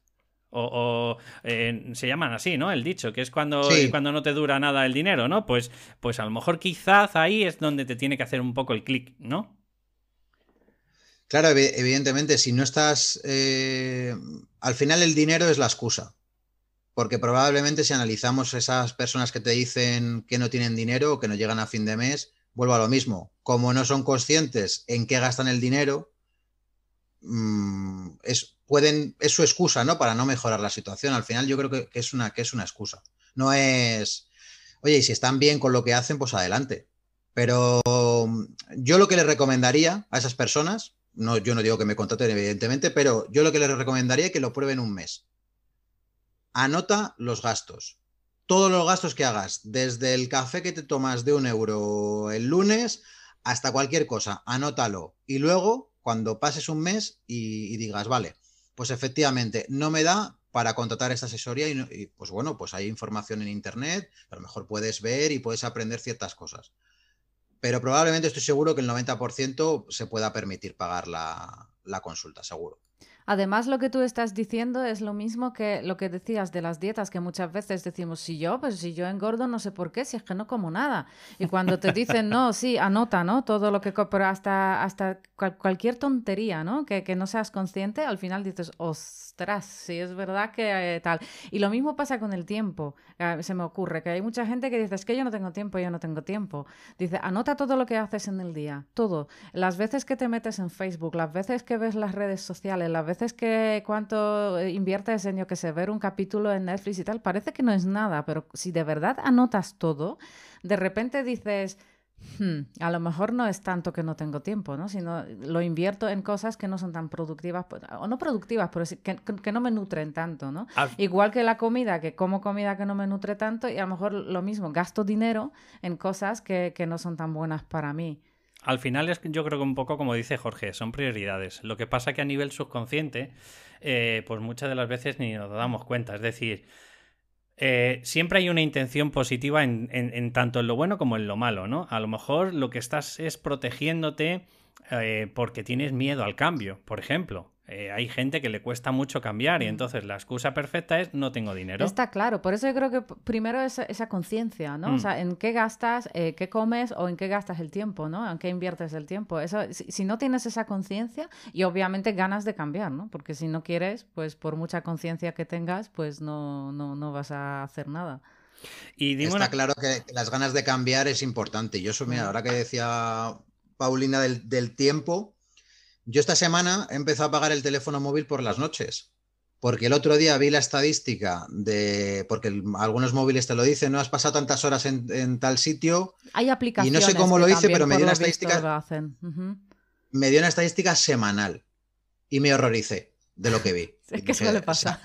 se llaman así, ¿no? El dicho, que es cuando no te dura nada el dinero, ¿no? Pues a lo mejor quizás ahí es donde te tiene que hacer un poco el clic, ¿no? Claro, evidentemente, si no estás... al final el dinero es la excusa, porque probablemente si analizamos esas personas que te dicen que no tienen dinero o que no llegan a fin de mes, vuelvo a lo mismo. Como no son conscientes en qué gastan el dinero, es su excusa, ¿no? Para no mejorar la situación. Al final yo creo que es una excusa. No es... Oye, y si están bien con lo que hacen, pues adelante. Pero yo lo que les recomendaría a esas personas... No, yo no digo que me contraten, evidentemente, pero yo lo que les recomendaría es que lo prueben un mes. Anota los gastos. Todos los gastos que hagas, desde el café que te tomas de €1 el lunes hasta cualquier cosa, anótalo. Y luego, cuando pases un mes y digas, vale, pues efectivamente no me da para contratar esta asesoría y pues bueno, pues hay información en internet, a lo mejor puedes ver y puedes aprender ciertas cosas. Pero probablemente estoy seguro que el 90% se pueda permitir pagar la consulta, seguro. Además, lo que tú estás diciendo es lo mismo que lo que decías de las dietas, que muchas veces decimos, si yo engordo, no sé por qué, si es que no como nada. Y cuando te dicen, no, sí, anota, ¿no? Todo lo que... Pero hasta cualquier tontería, ¿no? Que no seas consciente, al final dices, ostras, sí, es verdad que tal. Y lo mismo pasa con el tiempo. Se me ocurre que hay mucha gente que dice, es que yo no tengo tiempo, yo no tengo tiempo. Dice, anota todo lo que haces en el día, todo. Las veces que te metes en Facebook, las veces que ves las redes sociales, las veces que cuánto inviertes en, yo que sé, ver un capítulo en Netflix y tal, parece que no es nada, pero si de verdad anotas todo, de repente dices, a lo mejor no es tanto que no tengo tiempo, ¿no? Sino lo invierto en cosas que no son tan productivas, o no productivas, pero sí, que no me nutren tanto, ¿no? Igual que la comida, que como comida que no me nutre tanto, y a lo mejor lo mismo, gasto dinero en cosas que no son tan buenas para mí. Al final es yo creo que un poco como dice Jorge, son prioridades. Lo que pasa que a nivel subconsciente, pues muchas de las veces ni nos damos cuenta. Es decir, siempre hay una intención positiva en tanto en lo bueno como en lo malo, ¿no? A lo mejor lo que estás es protegiéndote porque tienes miedo al cambio, por ejemplo. Hay gente que le cuesta mucho cambiar y entonces la excusa perfecta es no tengo dinero. Está claro, por eso yo creo que primero es esa conciencia, ¿no? O sea, en qué gastas, qué comes o en qué gastas el tiempo, ¿no? En qué inviertes el tiempo. Eso, si no tienes esa conciencia y obviamente ganas de cambiar, ¿no? Porque si no quieres, pues por mucha conciencia que tengas, pues no vas a hacer nada. Y está claro que las ganas de cambiar es importante. Yo mira, ahora que decía Paulina del tiempo, yo esta semana he empezado a pagar el teléfono móvil por las noches, porque el otro día vi la estadística porque algunos móviles te lo dicen, no has pasado tantas horas en tal sitio. Hay aplicaciones y no sé cómo lo hice, pero me dio una estadística. Me dio una estadística semanal y me horroricé de lo que vi. Es que suele pasar.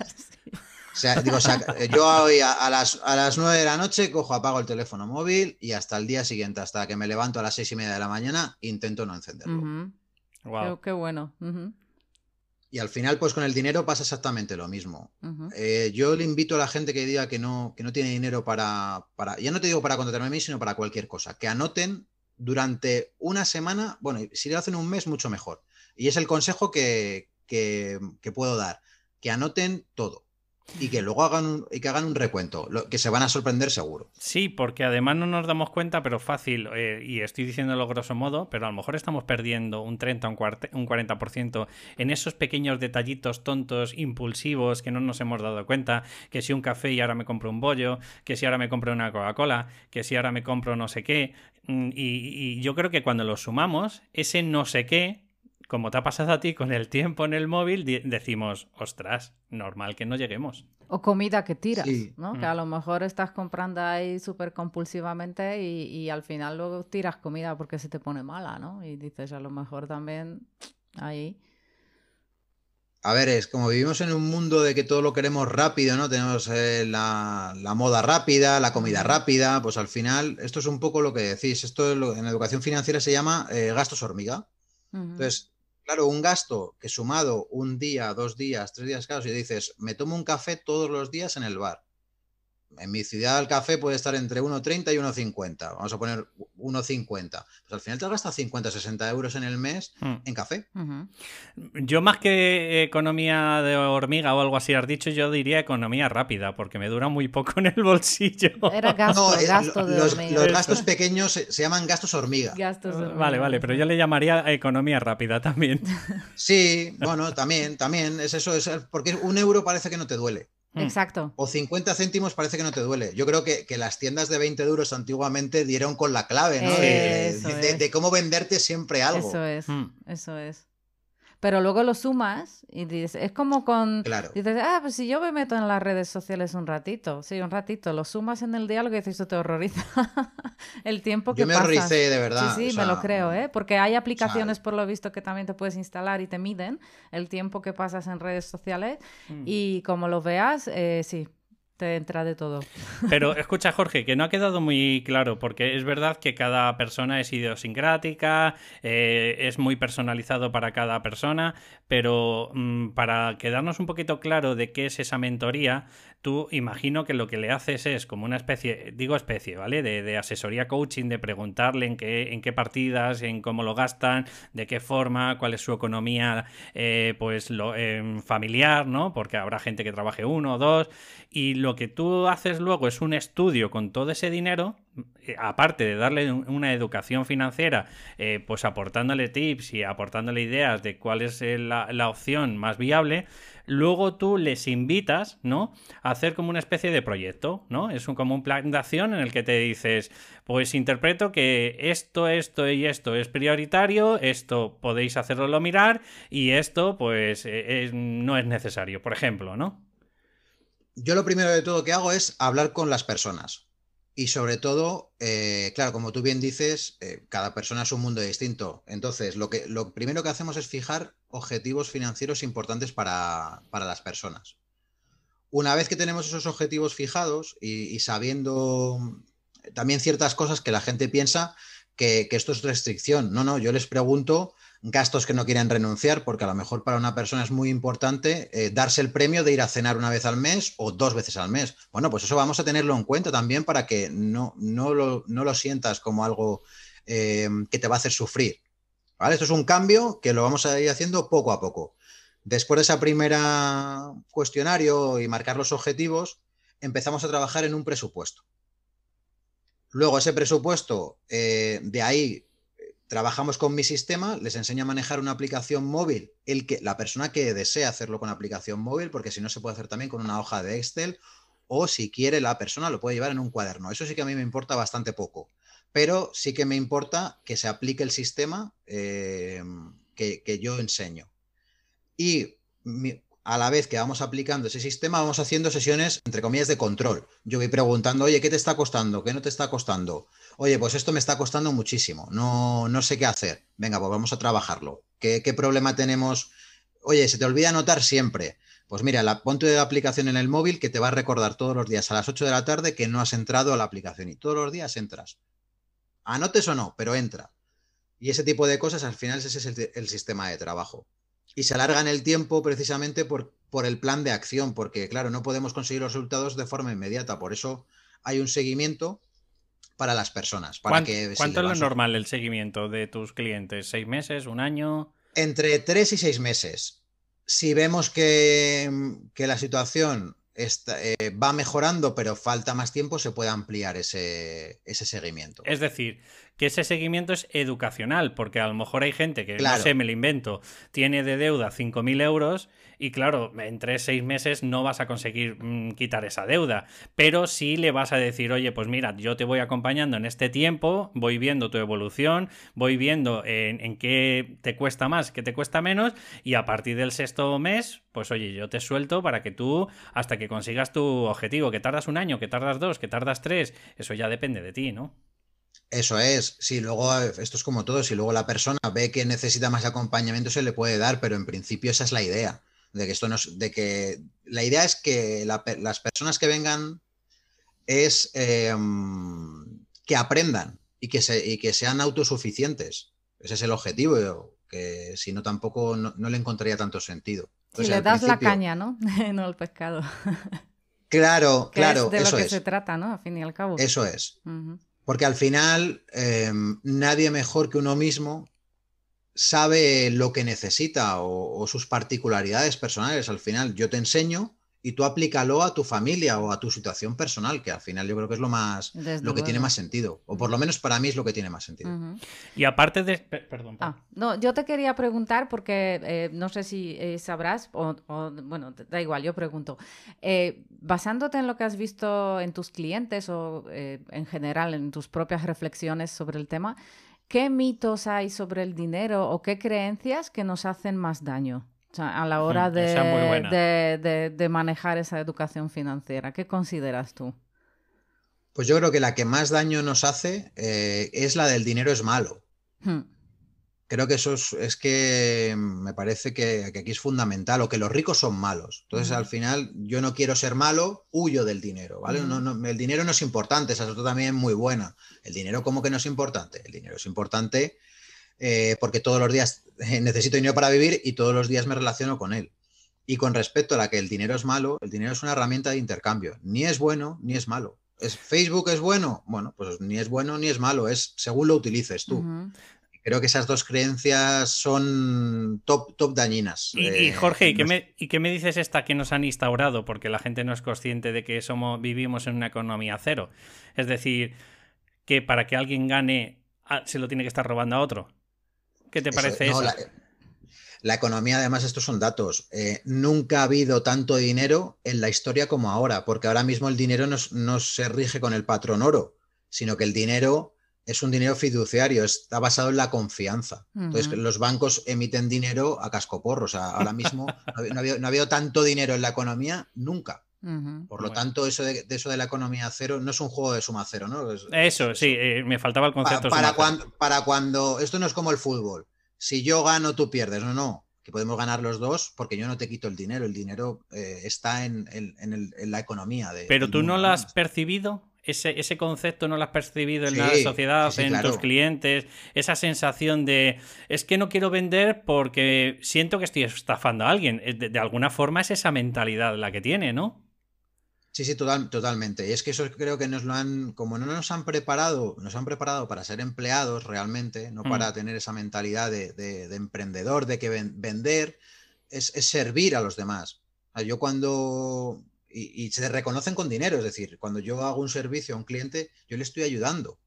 Yo hoy a las 9 de la noche cojo, apago el teléfono móvil y hasta el día siguiente, hasta que me levanto a las 6:30 de la mañana, intento no encenderlo. Wow. Qué bueno. Y al final, pues con el dinero pasa exactamente lo mismo. Yo le invito a la gente que diga que no tiene dinero para, ya no te digo para contratarme a mí, sino para cualquier cosa, que anoten durante una semana, bueno, si lo hacen un mes, mucho mejor. Y es el consejo que puedo dar, que anoten todo. y que luego hagan un recuento, que se van a sorprender seguro. Sí, porque además no nos damos cuenta, pero fácil, y estoy diciéndolo grosso modo, pero a lo mejor estamos perdiendo un 30 o un 40% en esos pequeños detallitos tontos, impulsivos, que no nos hemos dado cuenta, que si un café y ahora me compro un bollo, que si ahora me compro una Coca-Cola, que si ahora me compro no sé qué, y yo creo que cuando lo sumamos, ese no sé qué, como te ha pasado a ti con el tiempo en el móvil, decimos, ostras, normal que no lleguemos. O comida que tiras, Sí. ¿no? Que a lo mejor estás comprando ahí súper compulsivamente y al final luego tiras comida porque se te pone mala, ¿no? Y dices, a lo mejor también ahí... A ver, es como vivimos en un mundo de que todo lo queremos rápido, ¿no? Tenemos la moda rápida, la comida rápida, pues al final, esto es un poco lo que decís, en educación financiera se llama gastos hormiga. Entonces, claro, un gasto que sumado un día, 2 días, 3 días, claro, si dices, me tomo un café todos los días en el bar. En mi ciudad el café puede estar entre 1,30 y 1,50. Vamos a poner 1,50. Pues al final te has gastado 50, 60 euros en el mes en café. Yo más que economía de hormiga o algo así has dicho, yo diría economía rápida, porque me dura muy poco en el bolsillo. Era gasto de hormiga. Los gastos pequeños se llaman gastos hormiga. Gastos de hormiga. Vale, pero yo le llamaría economía rápida también. Sí, bueno, también es eso, porque 1 euro parece que no te duele. Exacto. O 50 céntimos parece que no te duele. Yo creo que las tiendas de 20 euros antiguamente dieron con la clave, ¿no? De cómo venderte siempre algo. Eso es. Pero luego lo sumas y dices, es como con... Claro. Dices, pues si yo me meto en las redes sociales un ratito. Sí, un ratito. Lo sumas en el diálogo y dices, esto te horroriza. El tiempo que pasas. Yo me horroricé, de verdad. Sí, me lo creo, ¿eh? Porque hay aplicaciones, por lo visto, que también te puedes instalar y te miden el tiempo que pasas en redes sociales. Y como lo veas, sí, te entra de todo. Pero escucha, Jorge, que no ha quedado muy claro, porque es verdad que cada persona es idiosincrática, es muy personalizado para cada persona, pero para quedarnos un poquito claro de qué es esa mentoría, tú imagino que lo que le haces es como una especie, ¿vale? De asesoría coaching, de preguntarle en qué partidas, en cómo lo gastan, de qué forma, cuál es su economía familiar, ¿no? Porque habrá gente que trabaje 1 o 2, y lo que tú haces luego es un estudio con todo ese dinero, aparte de darle una educación financiera, pues aportándole tips y aportándole ideas de cuál es la opción más viable. Luego tú les invitas, ¿no?, a hacer como una especie de proyecto, ¿no? Es como un plan de acción en el que te dices, pues interpreto que esto y esto es prioritario, esto podéis hacerlo mirar y esto pues no es necesario, por ejemplo, ¿no? Yo lo primero de todo que hago es hablar con las personas. Y sobre todo, claro, como tú bien dices, cada persona es un mundo distinto. Entonces, lo primero que hacemos es fijar objetivos financieros importantes para las personas. Una vez que tenemos esos objetivos fijados y sabiendo también ciertas cosas que la gente piensa que esto es restricción. No, yo les pregunto gastos que no quieren renunciar, porque a lo mejor para una persona es muy importante darse el premio de ir a cenar una vez al mes o 2 veces al mes. Bueno, pues eso vamos a tenerlo en cuenta también para que no lo sientas como algo que te va a hacer sufrir. ¿Vale? Esto es un cambio que lo vamos a ir haciendo poco a poco. Después de esa primera cuestionario y marcar los objetivos, empezamos a trabajar en un presupuesto. Luego ese presupuesto, de ahí trabajamos con mi sistema, les enseño a manejar una aplicación móvil, la persona que desea hacerlo con aplicación móvil, porque si no se puede hacer también con una hoja de Excel, o si quiere la persona lo puede llevar en un cuaderno. Eso sí que a mí me importa bastante poco, pero sí que me importa que se aplique el sistema que yo enseño. Y a la vez que vamos aplicando ese sistema, vamos haciendo sesiones, entre comillas, de control. Yo voy preguntando, oye, ¿qué te está costando? ¿Qué no te está costando? Oye, pues esto me está costando muchísimo, no sé qué hacer. Venga, pues vamos a trabajarlo. ¿Qué problema tenemos? Oye, se te olvida anotar siempre. Pues mira, ponte la aplicación en el móvil que te va a recordar todos los días a las 8 de la tarde que no has entrado a la aplicación, y todos los días entras. Anotes o no, pero entra. Y ese tipo de cosas, al final ese es el sistema de trabajo. Y se alarga en el tiempo precisamente por el plan de acción, porque claro, no podemos conseguir los resultados de forma inmediata. Por eso hay un seguimiento para las personas. ¿Cuánto es lo normal el seguimiento de tus clientes? ¿6 meses? ¿1 año? Entre 3 y 6 meses. Si vemos que la situación va mejorando, pero falta más tiempo, se puede ampliar ese seguimiento. Es decir, que ese seguimiento es educacional, porque a lo mejor hay gente que, Claro. no sé, me lo invento, tiene de deuda 5.000 euros y claro, en 3-6 meses no vas a conseguir quitar esa deuda, pero sí le vas a decir, oye, pues mira, yo te voy acompañando en este tiempo, voy viendo tu evolución, voy viendo en qué te cuesta más, qué te cuesta menos, y a partir del 6.º mes, pues oye, yo te suelto para que tú, hasta que consigas tu objetivo, que tardas 1 año, que tardas 2, que tardas 3, eso ya depende de ti, ¿no? Eso es, si luego, esto es como todo, si luego la persona ve que necesita más acompañamiento se le puede dar, pero en principio esa es la idea, de que esto no es, de que la idea es que las personas que vengan es que aprendan y que sean autosuficientes. Ese es el objetivo, que si no tampoco no le encontraría tanto sentido. Si Entonces, le al das la principio, caña, ¿no? No el pescado. claro, Que es claro, de lo eso que se es, trata, ¿no? Al fin y al cabo. eso es. Ujú. Porque al final nadie mejor que uno mismo sabe lo que necesita o sus particularidades personales. Al final yo te enseño y tú aplícalo a tu familia o a tu situación personal, que al final yo creo que es Desde lo que tiene luego. más sentido. O por lo menos para mí es lo que tiene más sentido. Ujú. Y aparte de... Perdón, Pau. No, yo te quería preguntar porque no sé si sabrás, bueno, da igual, yo pregunto. Basándote en lo que has visto en tus clientes o en general en tus propias reflexiones sobre el tema, ¿qué mitos hay sobre el dinero o qué creencias que nos hacen más daño? O sea, a la hora Esa es muy buena. de manejar esa educación financiera. ¿Qué consideras tú? Pues yo creo que la que más daño nos hace es la del dinero es malo. Hmm. Creo que eso es que me parece que aquí es fundamental, o que los ricos son malos. Entonces, Ujú. al final, yo no quiero ser malo, huyo del dinero, ¿vale? Ujú. El dinero no es importante, esa es otra también muy buena. El dinero, ¿cómo que no es importante? El dinero es importante porque todos los días necesito dinero para vivir y todos los días me relaciono con él. Y con respecto a la que el dinero es malo, el dinero es una herramienta de intercambio. Ni es bueno ni es malo. ¿Facebook es bueno? Bueno, pues ni es bueno ni es malo, es según lo utilices tú. Ujú. Creo que esas dos creencias son top dañinas. Y Jorge, ¿y qué me dices esta que nos han instaurado? Porque la gente no es consciente de que vivimos en una economía cero. Es decir, que para que alguien gane, se lo tiene que estar robando a otro. ¿Qué te Eso, parece no, esa? la economía, además, estos son datos. Nunca ha habido tanto dinero en la historia como ahora, porque ahora mismo el dinero no se rige con el patrón oro, sino que el dinero es un dinero fiduciario, está basado en la confianza. Entonces, Ujú. los bancos emiten dinero a cascoporro. O sea, ahora mismo no ha habido tanto dinero en la economía nunca. Ujú. Por lo Bueno, tanto, eso de la economía cero no es un juego de suma cero, ¿no? eso, sí, me faltaba el concepto suma cero. Para cuando, esto no es como el fútbol. Si yo gano, tú pierdes. No, que podemos ganar los dos porque yo no te quito el dinero. El dinero está en la economía Pero del tú no mundo, lo ¿no? has percibido, ese concepto no lo has percibido en la Sí, sí, sociedad, sí, en tus claro. clientes, esa sensación de es que no quiero vender porque siento que estoy estafando a alguien. De alguna forma es esa mentalidad la que tiene, ¿no? Sí, sí, totalmente. Y es que eso creo que como no nos han preparado para ser empleados realmente, no Mm. para tener esa mentalidad de emprendedor, de que vender es servir a los demás. O sea, yo cuando, y se reconocen con dinero, es decir, cuando yo hago un servicio a un cliente, yo le estoy ayudando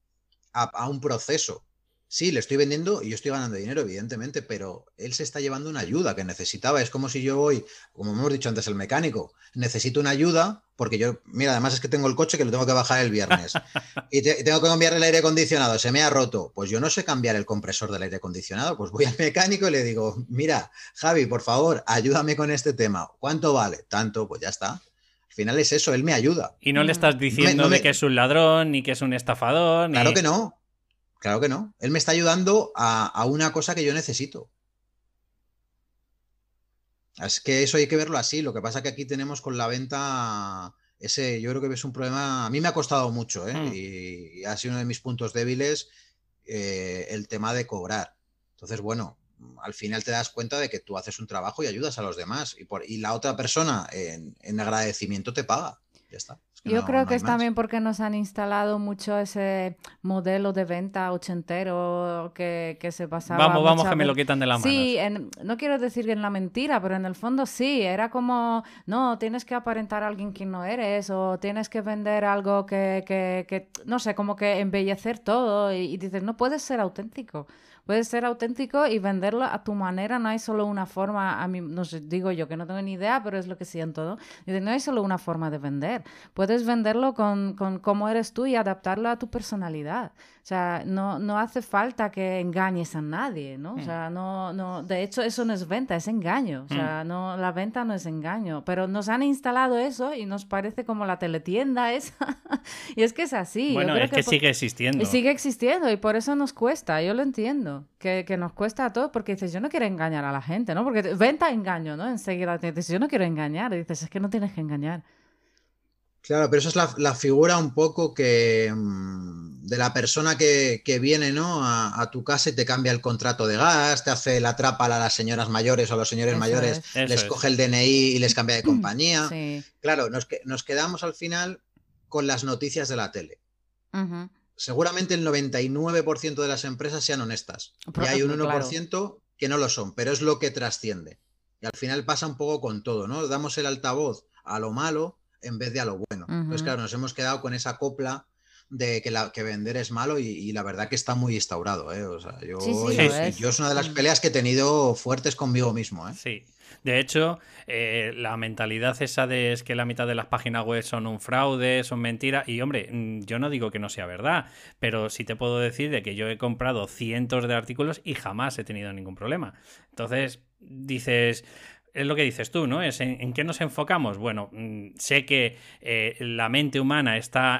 a un proceso. Sí, le estoy vendiendo y yo estoy ganando dinero, evidentemente, pero él se está llevando una ayuda que necesitaba. Es como si yo voy, como hemos dicho antes, el mecánico, necesito una ayuda porque yo, mira, además es que tengo el coche que lo tengo que bajar el viernes y tengo que cambiar el aire acondicionado, se me ha roto. Pues yo no sé cambiar el compresor del aire acondicionado, pues voy al mecánico y le digo, mira, Javi, por favor, ayúdame con este tema. ¿Cuánto vale? Tanto, pues ya está. Al final es eso, él me ayuda. Y no le Mm. estás diciendo de que es un ladrón, ni que es un estafador, Claro que ni... no. Claro que no. Él me está ayudando a una cosa que yo necesito. Es que eso hay que verlo así. Lo que pasa es que aquí tenemos con la venta yo creo que es un problema. A mí me ha costado mucho, ¿eh? Mm. Y ha sido uno de mis puntos débiles el tema de cobrar. Entonces, bueno, al final te das cuenta de que tú haces un trabajo y ayudas a los demás y la otra persona en agradecimiento te paga. Ya está. Yo creo que hay es más. también porque nos han instalado mucho ese modelo de venta ochentero que se basaba Vamos, que muchas me lo veces. quitan de las Sí, manos. no quiero decir que en la mentira, pero en el fondo sí, era como, no, tienes que aparentar a alguien que no eres o tienes que vender algo que no sé, como que embellecer todo y dices, no puedes ser auténtico. Puedes ser auténtico y venderlo a tu manera, no hay solo una forma, a mí, no sé, digo yo que no tengo ni idea, pero es lo que siento, ¿no? Dice, no hay solo una forma de vender. Puedes venderlo con cómo eres tú y adaptarlo a tu personalidad. O sea, no hace falta que engañes a nadie, ¿no? O sea, no, de hecho eso no es venta, es engaño. O sea, no, la venta no es engaño. Pero nos han instalado eso y nos parece como la teletienda esa. Y es que es así. Yo Bueno, creo es que sigue y existiendo. sigue existiendo y por eso nos cuesta, yo lo entiendo, que nos cuesta a todos porque dices, yo no quiero engañar a la gente, ¿no? Porque venta engaño, ¿no? Enseguida te dices, yo no quiero engañar, y dices, es que no tienes que engañar. Claro, pero eso es la figura un poco que de la persona que viene, ¿no? A tu casa y te cambia el contrato de gas, te hace la trápala a las señoras mayores o a los señores Eso mayores, es. Eso les es. coge el DNI y les cambia de compañía. Sí. Claro, nos quedamos al final con las noticias de la tele. Ujú. Seguramente el 99% de las empresas sean honestas y hay un Claro. 1% que no lo son, pero es lo que trasciende. Y al final pasa un poco con todo, ¿no? Damos el altavoz a lo malo en vez de a lo bueno. Entonces, Ujú. claro, nos hemos quedado con esa copla de que vender es malo y la verdad que está muy instaurado, ¿eh? O sea, Sí, sí, Sí, lo yo es. es una de las Mm. peleas que he tenido fuertes conmigo mismo, ¿eh? sí. De hecho, la mentalidad esa de es que la mitad de las páginas web son un fraude, son mentiras. Y hombre, yo no digo que no sea verdad, pero sí te puedo decir de que yo he comprado cientos de artículos y jamás he tenido ningún problema. Entonces, dices, es lo que dices tú, ¿no? Es en qué nos enfocamos. Bueno, sé que la mente humana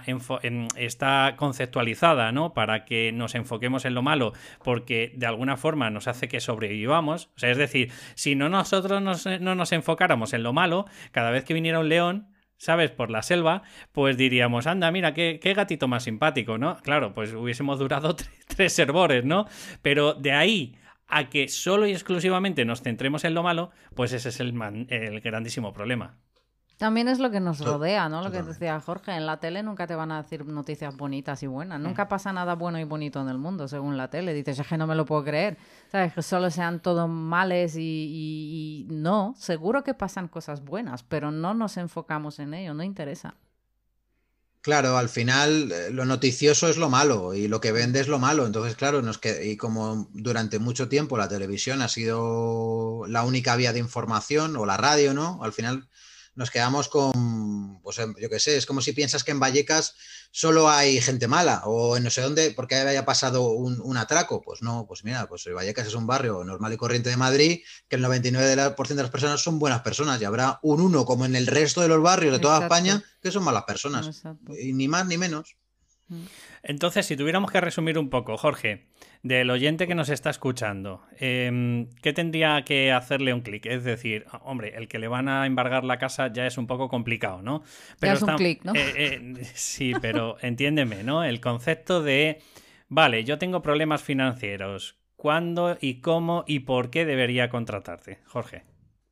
está conceptualizada, ¿no? Para que nos enfoquemos en lo malo, porque de alguna forma nos hace que sobrevivamos. O sea, es decir, si no nosotros no nos enfocáramos en lo malo, cada vez que viniera un león, ¿sabes? Por la selva, pues diríamos, anda, mira, qué gatito más simpático, ¿no? Claro, pues hubiésemos durado tres herbores, ¿no? Pero de ahí a que solo y exclusivamente nos centremos en lo malo, pues ese es el grandísimo problema. También es lo que nos rodea, ¿no? Lo que Totalmente. decía Jorge, en la tele nunca te van a decir noticias bonitas y buenas. Nunca pasa nada bueno y bonito en el mundo, según la tele. Dices, es que no me lo puedo creer. ¿Sabes? Que solo sean todos males y no. Seguro que pasan cosas buenas, pero no nos enfocamos en ello, no interesa. Claro, al final lo noticioso es lo malo y lo que Mm. vende es lo malo. Entonces, claro, y como durante mucho tiempo la televisión ha sido la única vía de información o la radio, ¿no? Al final nos quedamos con, pues yo qué sé, es como si piensas que en Vallecas solo hay gente mala o en no sé dónde, porque haya pasado un atraco. Pues no, pues mira, pues Vallecas es un barrio normal y corriente de Madrid, que el 99% de las personas son buenas personas y habrá un uno, como en el resto de los barrios de toda Exacto, España, que son malas personas. exacto. Y ni más ni menos. Mm. Entonces, si tuviéramos que resumir un poco, Jorge, del oyente que nos está escuchando, ¿qué tendría que hacerle un clic? Es decir, hombre, el que le van a embargar la casa ya es un poco complicado, ¿no? Ya Pero es un clic, ¿no? sí, pero entiéndeme, ¿no? El concepto de, vale, yo tengo problemas financieros. ¿Cuándo y cómo y por qué debería contratarte, Jorge?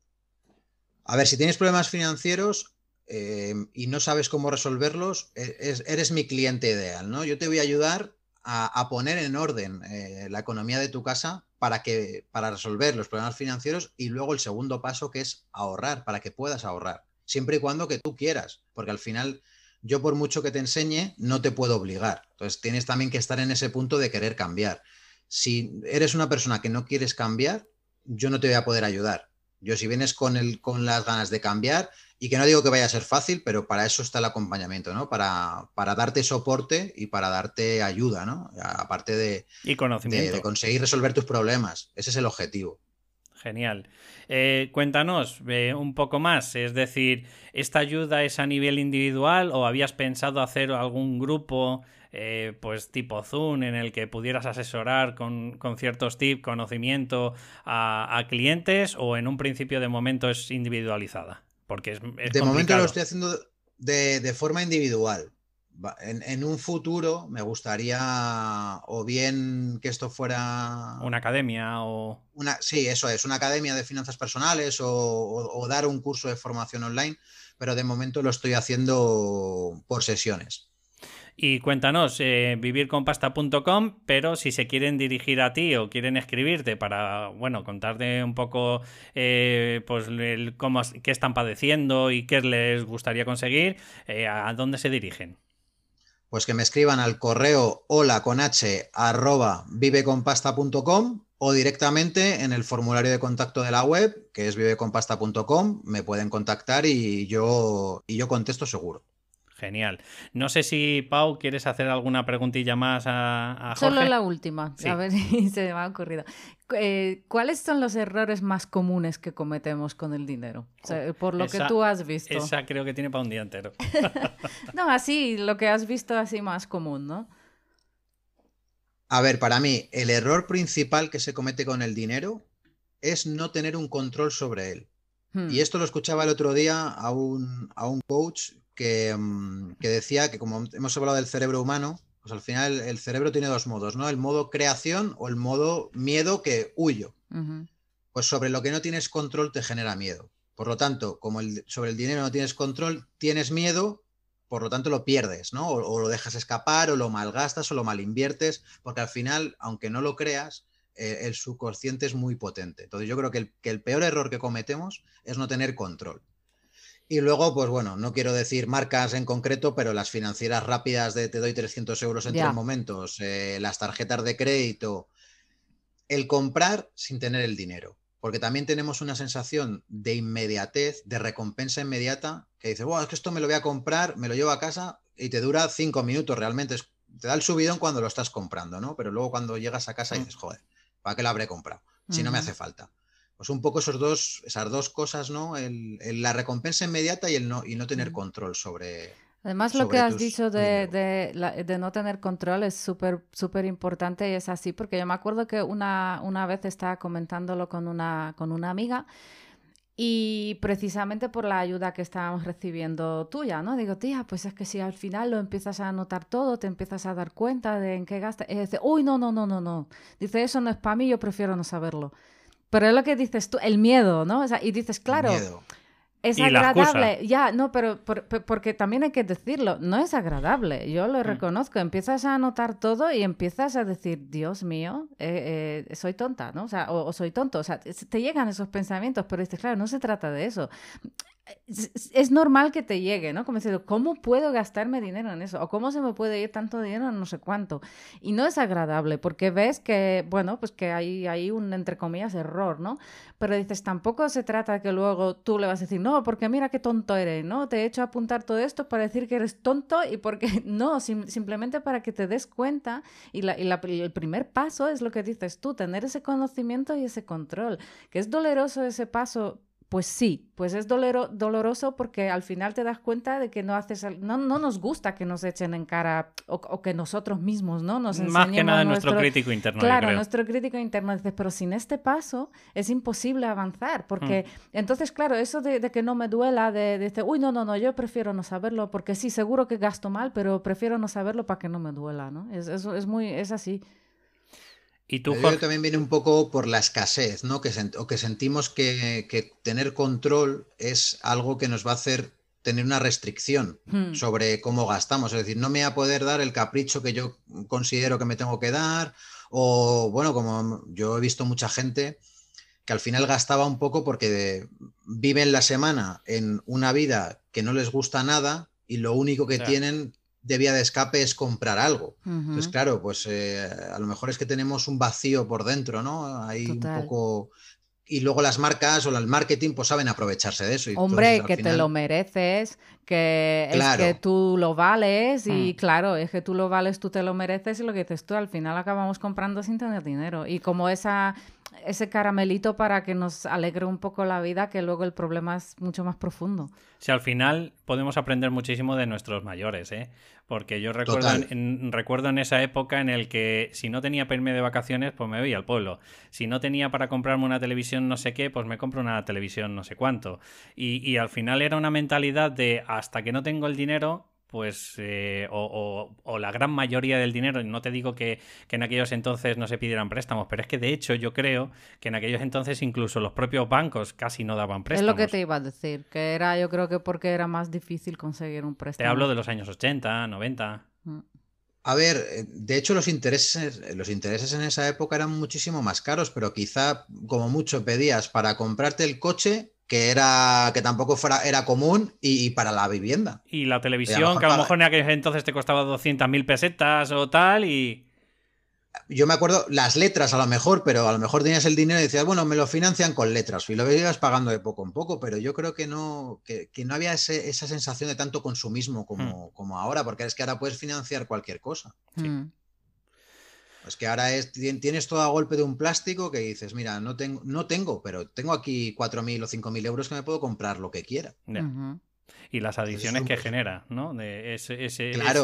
A ver, si tienes problemas financieros y no sabes cómo resolverlos, eres mi cliente ideal, ¿no? Yo te voy a ayudar a poner en orden la economía de tu casa para resolver los problemas financieros y luego el segundo paso que es ahorrar, para que puedas ahorrar, siempre y cuando que tú quieras, porque al final yo por mucho que te enseñe no te puedo obligar. Entonces tienes también que estar en ese punto de querer cambiar. Si eres una persona que no quieres cambiar, yo no te voy a poder ayudar. Yo si vienes con las ganas de cambiar, y que no digo que vaya a ser fácil, pero para eso está el acompañamiento, ¿no? Para darte soporte y para darte ayuda, ¿no? Aparte Y de conocimiento. conseguir resolver tus problemas. Ese es el objetivo. Genial. Cuéntanos un poco más, es decir, ¿esta ayuda es a nivel individual o habías pensado hacer algún grupo pues tipo Zoom en el que pudieras asesorar con ciertos tips, conocimiento a clientes o en un principio de momento es individualizada? Porque es De momento lo complicado. estoy haciendo de forma individual. En un futuro me gustaría o bien que esto fuera una academia o... Sí, eso es, una academia de finanzas personales o dar un curso de formación online, pero de momento lo estoy haciendo por sesiones. Y cuéntanos, vivirconpasta.com, pero si se quieren dirigir a ti o quieren escribirte para, bueno, contarte un poco pues qué están padeciendo y qué les gustaría conseguir, ¿a dónde se dirigen? Pues que me escriban al correo hola@viveconpasta.com o directamente en el formulario de contacto de la web, que es viveconpasta.com, me pueden contactar y yo contesto seguro. Genial. No sé si, Pau, quieres hacer alguna preguntita más a Jorge. Solo la última, sí. A ver si se me ha ocurrido. ¿Cuáles son los errores más comunes que cometemos con el dinero? O sea, por lo que tú has visto. Esa creo que tiene para un día entero. No, así, lo que has visto así más común, ¿no? A ver, para mí, el error principal que se comete con el dinero es no tener un control sobre él. Y esto lo escuchaba el otro día a un coach que decía que como hemos hablado del cerebro humano, pues al final el cerebro tiene dos modos, ¿no? El modo creación o el modo miedo, que huyo. Pues sobre lo que no tienes control te genera miedo. Por lo tanto, como sobre el dinero no tienes control, tienes miedo, por lo tanto lo pierdes, ¿no? O lo dejas escapar, o lo malgastas, o lo malinviertes, porque al final, aunque no lo creas, el subconsciente es muy potente. Entonces yo creo que el peor error que cometemos es no tener control. Y luego, pues bueno, no quiero decir marcas en concreto, pero las financieras rápidas de te doy 300 euros en 3 momentos, las tarjetas de crédito, el comprar sin tener el dinero. Porque también tenemos una sensación de inmediatez, de recompensa inmediata, que dices, wow, es que esto me lo voy a comprar, me lo llevo a casa y te dura 5 minutos realmente. Te da el subidón cuando lo estás comprando, ¿no? Pero luego cuando llegas a casa dices, joder, ¿para qué lo habré comprado? Si no me hace falta. Pues un poco esas dos cosas, ¿no? La recompensa inmediata y no tener control sobre... Además, lo que has dicho de no tener control es súper importante y es así, porque yo me acuerdo que una vez estaba comentándolo con una amiga y precisamente por la ayuda que estábamos recibiendo tuya, ¿no? Digo, tía, pues es que si al final lo empiezas a anotar todo, te empiezas a dar cuenta de en qué gastas, y dice, uy, no. Dice, eso no es para mí, yo prefiero no saberlo. Pero es lo que dices tú, el miedo, ¿no? O sea, y dices, claro... Es agradable, ya, no, pero porque también hay que decirlo, no es agradable, yo lo reconozco, empiezas a anotar todo y empiezas a decir, Dios mío, soy tonta, ¿no? O sea, o soy tonto, o sea, te llegan esos pensamientos, pero dices, claro, no se trata de eso. Es normal que te llegue, ¿no? Como diciendo, ¿cómo puedo gastarme dinero en eso? ¿O cómo se me puede ir tanto dinero en no sé cuánto? Y no es agradable porque ves que, bueno, pues que hay un, entre comillas, error, ¿no? Pero dices, tampoco se trata de que luego tú le vas a decir, no, porque mira qué tonto eres, ¿no? Te he hecho apuntar todo esto para decir que eres tonto y porque no, simplemente para que te des cuenta y el primer paso es lo que dices tú, tener ese conocimiento y ese control. Que es doloroso ese paso. Pues sí, pues es doloroso porque al final te das cuenta de que no nos gusta que nos echen en cara o que nosotros mismos, ¿no? Nos enseñemos. Más que nada nuestro crítico interno. Claro, yo creo. nuestro crítico interno. Dices, pero sin este paso es imposible avanzar porque entonces, claro, eso de que no me duela, de decir, uy, no, yo prefiero no saberlo porque sí, seguro que gasto mal, pero prefiero no saberlo para que no me duela, ¿no? Es así. ¿Y tú, Jorge? También viene un poco por la escasez, ¿no? Que sentimos que tener control es algo que nos va a hacer tener una restricción sobre cómo gastamos. Es decir, no me voy a poder dar el capricho que yo considero que me tengo que dar. O, bueno, como yo he visto mucha gente que al final gastaba un poco porque viven la semana en una vida que no les gusta nada y lo único que tienen de vía de escape es comprar algo. Entonces, claro, pues a lo mejor es que tenemos un vacío por dentro, ¿no? Hay un poco... Y luego las marcas o el marketing pues saben aprovecharse de eso. Y hombre, entonces, que final... te lo mereces, que claro. Es que tú lo vales y claro, es que tú lo vales, tú te lo mereces y lo que dices tú, al final acabamos comprando sin tener dinero. Y como ese caramelito para que nos alegre un poco la vida, que luego el problema es mucho más profundo. Sí, al final podemos aprender muchísimo de nuestros mayores, ¿eh? Porque yo recuerdo en esa época en el que si no tenía para irme de vacaciones, pues me voy al pueblo. Si no tenía para comprarme una televisión no sé qué, pues me compro una televisión no sé cuánto. Y al final era una mentalidad de hasta que no tengo el dinero, pues o la gran mayoría del dinero, no te digo que en aquellos entonces no se pidieran préstamos, pero es que de hecho yo creo que en aquellos entonces incluso los propios bancos casi no daban préstamos. Es lo que te iba a decir, que era, yo creo que porque era más difícil conseguir un préstamo. Te hablo de los años 80, 90. A ver, de hecho los intereses en esa época eran muchísimo más caros, pero quizá como mucho pedías para comprarte el coche, que tampoco era común, y para la vivienda. Y la televisión, que a lo mejor en aquel entonces te costaba 200.000 pesetas o tal, y... Yo me acuerdo, las letras a lo mejor, pero a lo mejor tenías el dinero y decías, bueno, me lo financian con letras, y lo ibas pagando de poco en poco, pero yo creo que no había esa sensación de tanto consumismo como ahora, porque es que ahora puedes financiar cualquier cosa. Sí. Es que ahora tienes todo a golpe de un plástico que dices, mira, no tengo, pero tengo aquí 4.000 o 5.000 euros que me puedo comprar lo que quiera. Y las adicciones que genera, ¿no? Claro.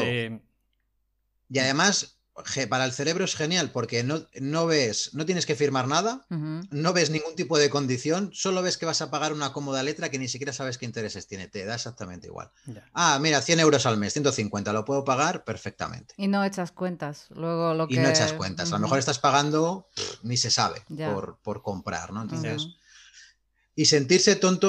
Y además, para el cerebro es genial porque no tienes que firmar nada, no ves ningún tipo de condición, solo ves que vas a pagar una cómoda letra que ni siquiera sabes qué intereses tiene, te da exactamente igual. Mira, 100 euros al mes, 150, lo puedo pagar perfectamente. Y no echas cuentas, luego lo que... Y no echas cuentas, a lo mejor estás pagando, ni se sabe, por comprar, ¿no? Entonces, y sentirse tonto,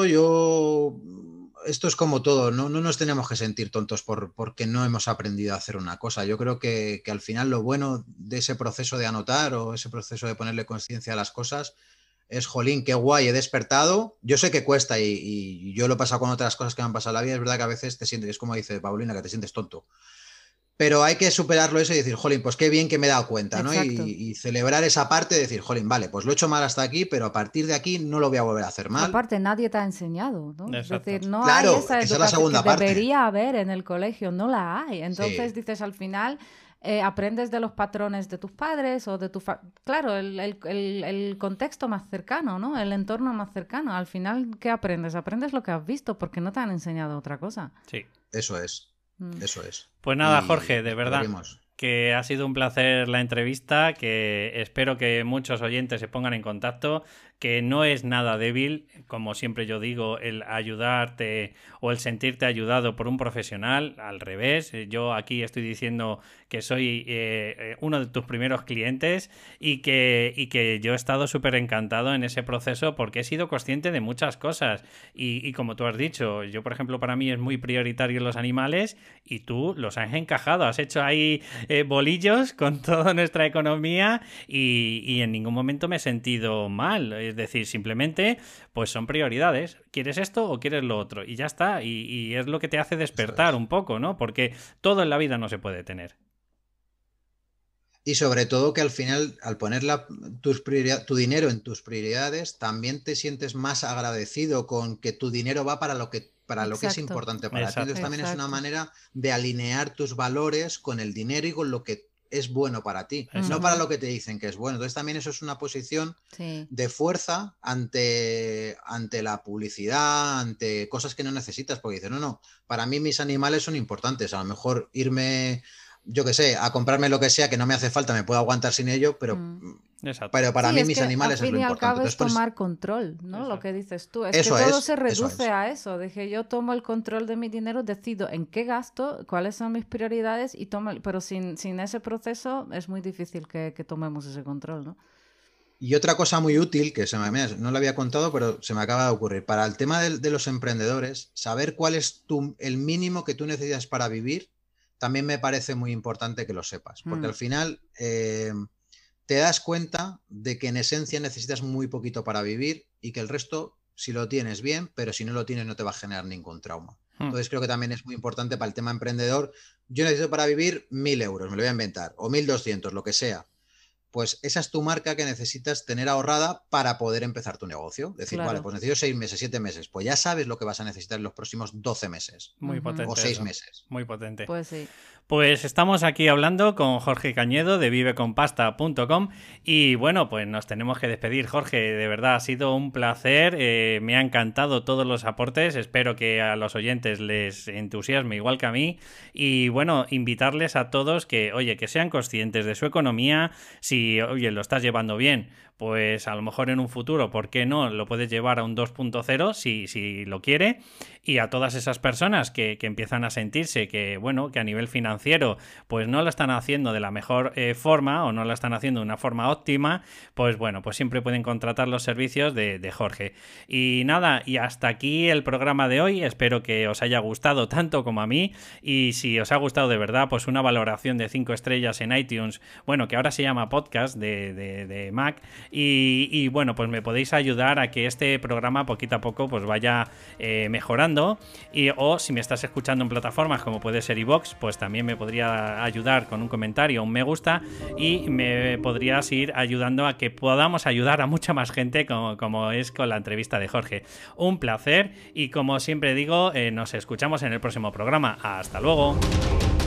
esto es como todo, no nos tenemos que sentir tontos porque no hemos aprendido a hacer una cosa. Yo creo que al final lo bueno de ese proceso de anotar o ese proceso de ponerle conciencia a las cosas es, jolín, qué guay, he despertado. Yo sé que cuesta y yo lo he pasado con otras cosas que me han pasado en la vida. Es verdad que a veces te sientes, es como dice Paulina, que te sientes tonto. Pero hay que superarlo eso y decir, jolín, pues qué bien que me he dado cuenta, ¿no? Y celebrar esa parte de decir, jolín, vale, pues lo he hecho mal hasta aquí, pero a partir de aquí no lo voy a volver a hacer mal. Aparte, nadie te ha enseñado, ¿no? Exacto. Es decir, no claro, hay esa es la segunda que parte. debería haber en el colegio, no la hay. Entonces dices, al final... aprendes de los patrones de tus padres o de claro, el contexto más cercano, ¿no? El entorno más cercano. Al final, ¿qué aprendes? Aprendes lo que has visto porque no te han enseñado otra cosa. Sí. Eso es. Eso es. Pues nada, Jorge, de verdad que ha sido un placer la entrevista, que espero que muchos oyentes se pongan en contacto, que no es nada débil, como siempre yo digo, el ayudarte o el sentirte ayudado por un profesional, al revés. Yo aquí estoy diciendo que soy uno de tus primeros clientes y que yo he estado súper encantado en ese proceso porque he sido consciente de muchas cosas y como tú has dicho, yo por ejemplo para mí es muy prioritario los animales y tú los has encajado, has hecho ahí bolillos con toda nuestra economía y en ningún momento me he sentido mal. Es decir, simplemente pues son prioridades. ¿Quieres esto o quieres lo otro? Y ya está. Y es lo que te hace despertar un poco, ¿no? Porque todo en la vida no se puede tener. Y sobre todo que al final, al poner tu dinero en tus prioridades, también te sientes más agradecido con que tu dinero va para lo que es importante para ti. Entonces también es una manera de alinear tus valores con el dinero y con lo que es bueno para ti, no para lo que te dicen que es bueno. Entonces también eso es una posición de fuerza ante la publicidad, ante cosas que no necesitas, porque dices, no, para mí mis animales son importantes, a lo mejor irme, yo qué sé, a comprarme lo que sea que no me hace falta, me puedo aguantar sin ello, pero para mí mis animales es lo importante. Al fin y al cabo es tomar control, ¿no? Lo que dices tú. Es que todo se reduce a eso. Dije, yo tomo el control de mi dinero, decido en qué gasto, cuáles son mis prioridades y pero sin ese proceso es muy difícil que tomemos ese control, ¿no? Y otra cosa muy útil, que no lo había contado, pero se me acaba de ocurrir. Para el tema de los emprendedores, saber cuál es el mínimo que tú necesitas para vivir, también me parece muy importante que lo sepas, porque al final te das cuenta de que en esencia necesitas muy poquito para vivir y que el resto, si lo tienes bien, pero si no lo tienes no te va a generar ningún trauma. Entonces creo que también es muy importante para el tema emprendedor. Yo necesito para vivir 1.000 euros, me lo voy a inventar, o 1.200, lo que sea. Pues esa es tu marca que necesitas tener ahorrada para poder empezar tu negocio. Decir, vale, pues necesito 6 meses, 7 meses. Pues ya sabes lo que vas a necesitar en los próximos 12 meses. Muy potente. O 6 meses. Muy potente. Pues sí. Pues estamos aquí hablando con Jorge Cañedo de viveconpasta.com y bueno, pues nos tenemos que despedir. Jorge, de verdad ha sido un placer, me ha encantado todos los aportes, espero que a los oyentes les entusiasme igual que a mí y bueno, invitarles a todos que, oye, que sean conscientes de su economía, si, oye, lo estás llevando bien, pues a lo mejor en un futuro, ¿por qué no? Lo puedes llevar a un 2.0 si lo quiere. Y a todas esas personas que empiezan a sentirse que, bueno, que a nivel financiero pues no lo están haciendo de la mejor forma o no lo están haciendo de una forma óptima, pues bueno, pues siempre pueden contratar los servicios de Jorge. Y nada, y hasta aquí el programa de hoy. Espero que os haya gustado tanto como a mí, y si os ha gustado de verdad, pues una valoración de 5 estrellas en iTunes, bueno, que ahora se llama podcast de Mac, y bueno, pues me podéis ayudar a que este programa poquito a poco pues vaya mejorando. O si me estás escuchando en plataformas como puede ser iVoox, pues también me podría ayudar con un comentario, un me gusta, y me podrías ir ayudando a que podamos ayudar a mucha más gente como es con la entrevista de Jorge. Un placer, y como siempre digo, nos escuchamos en el próximo programa. Hasta luego.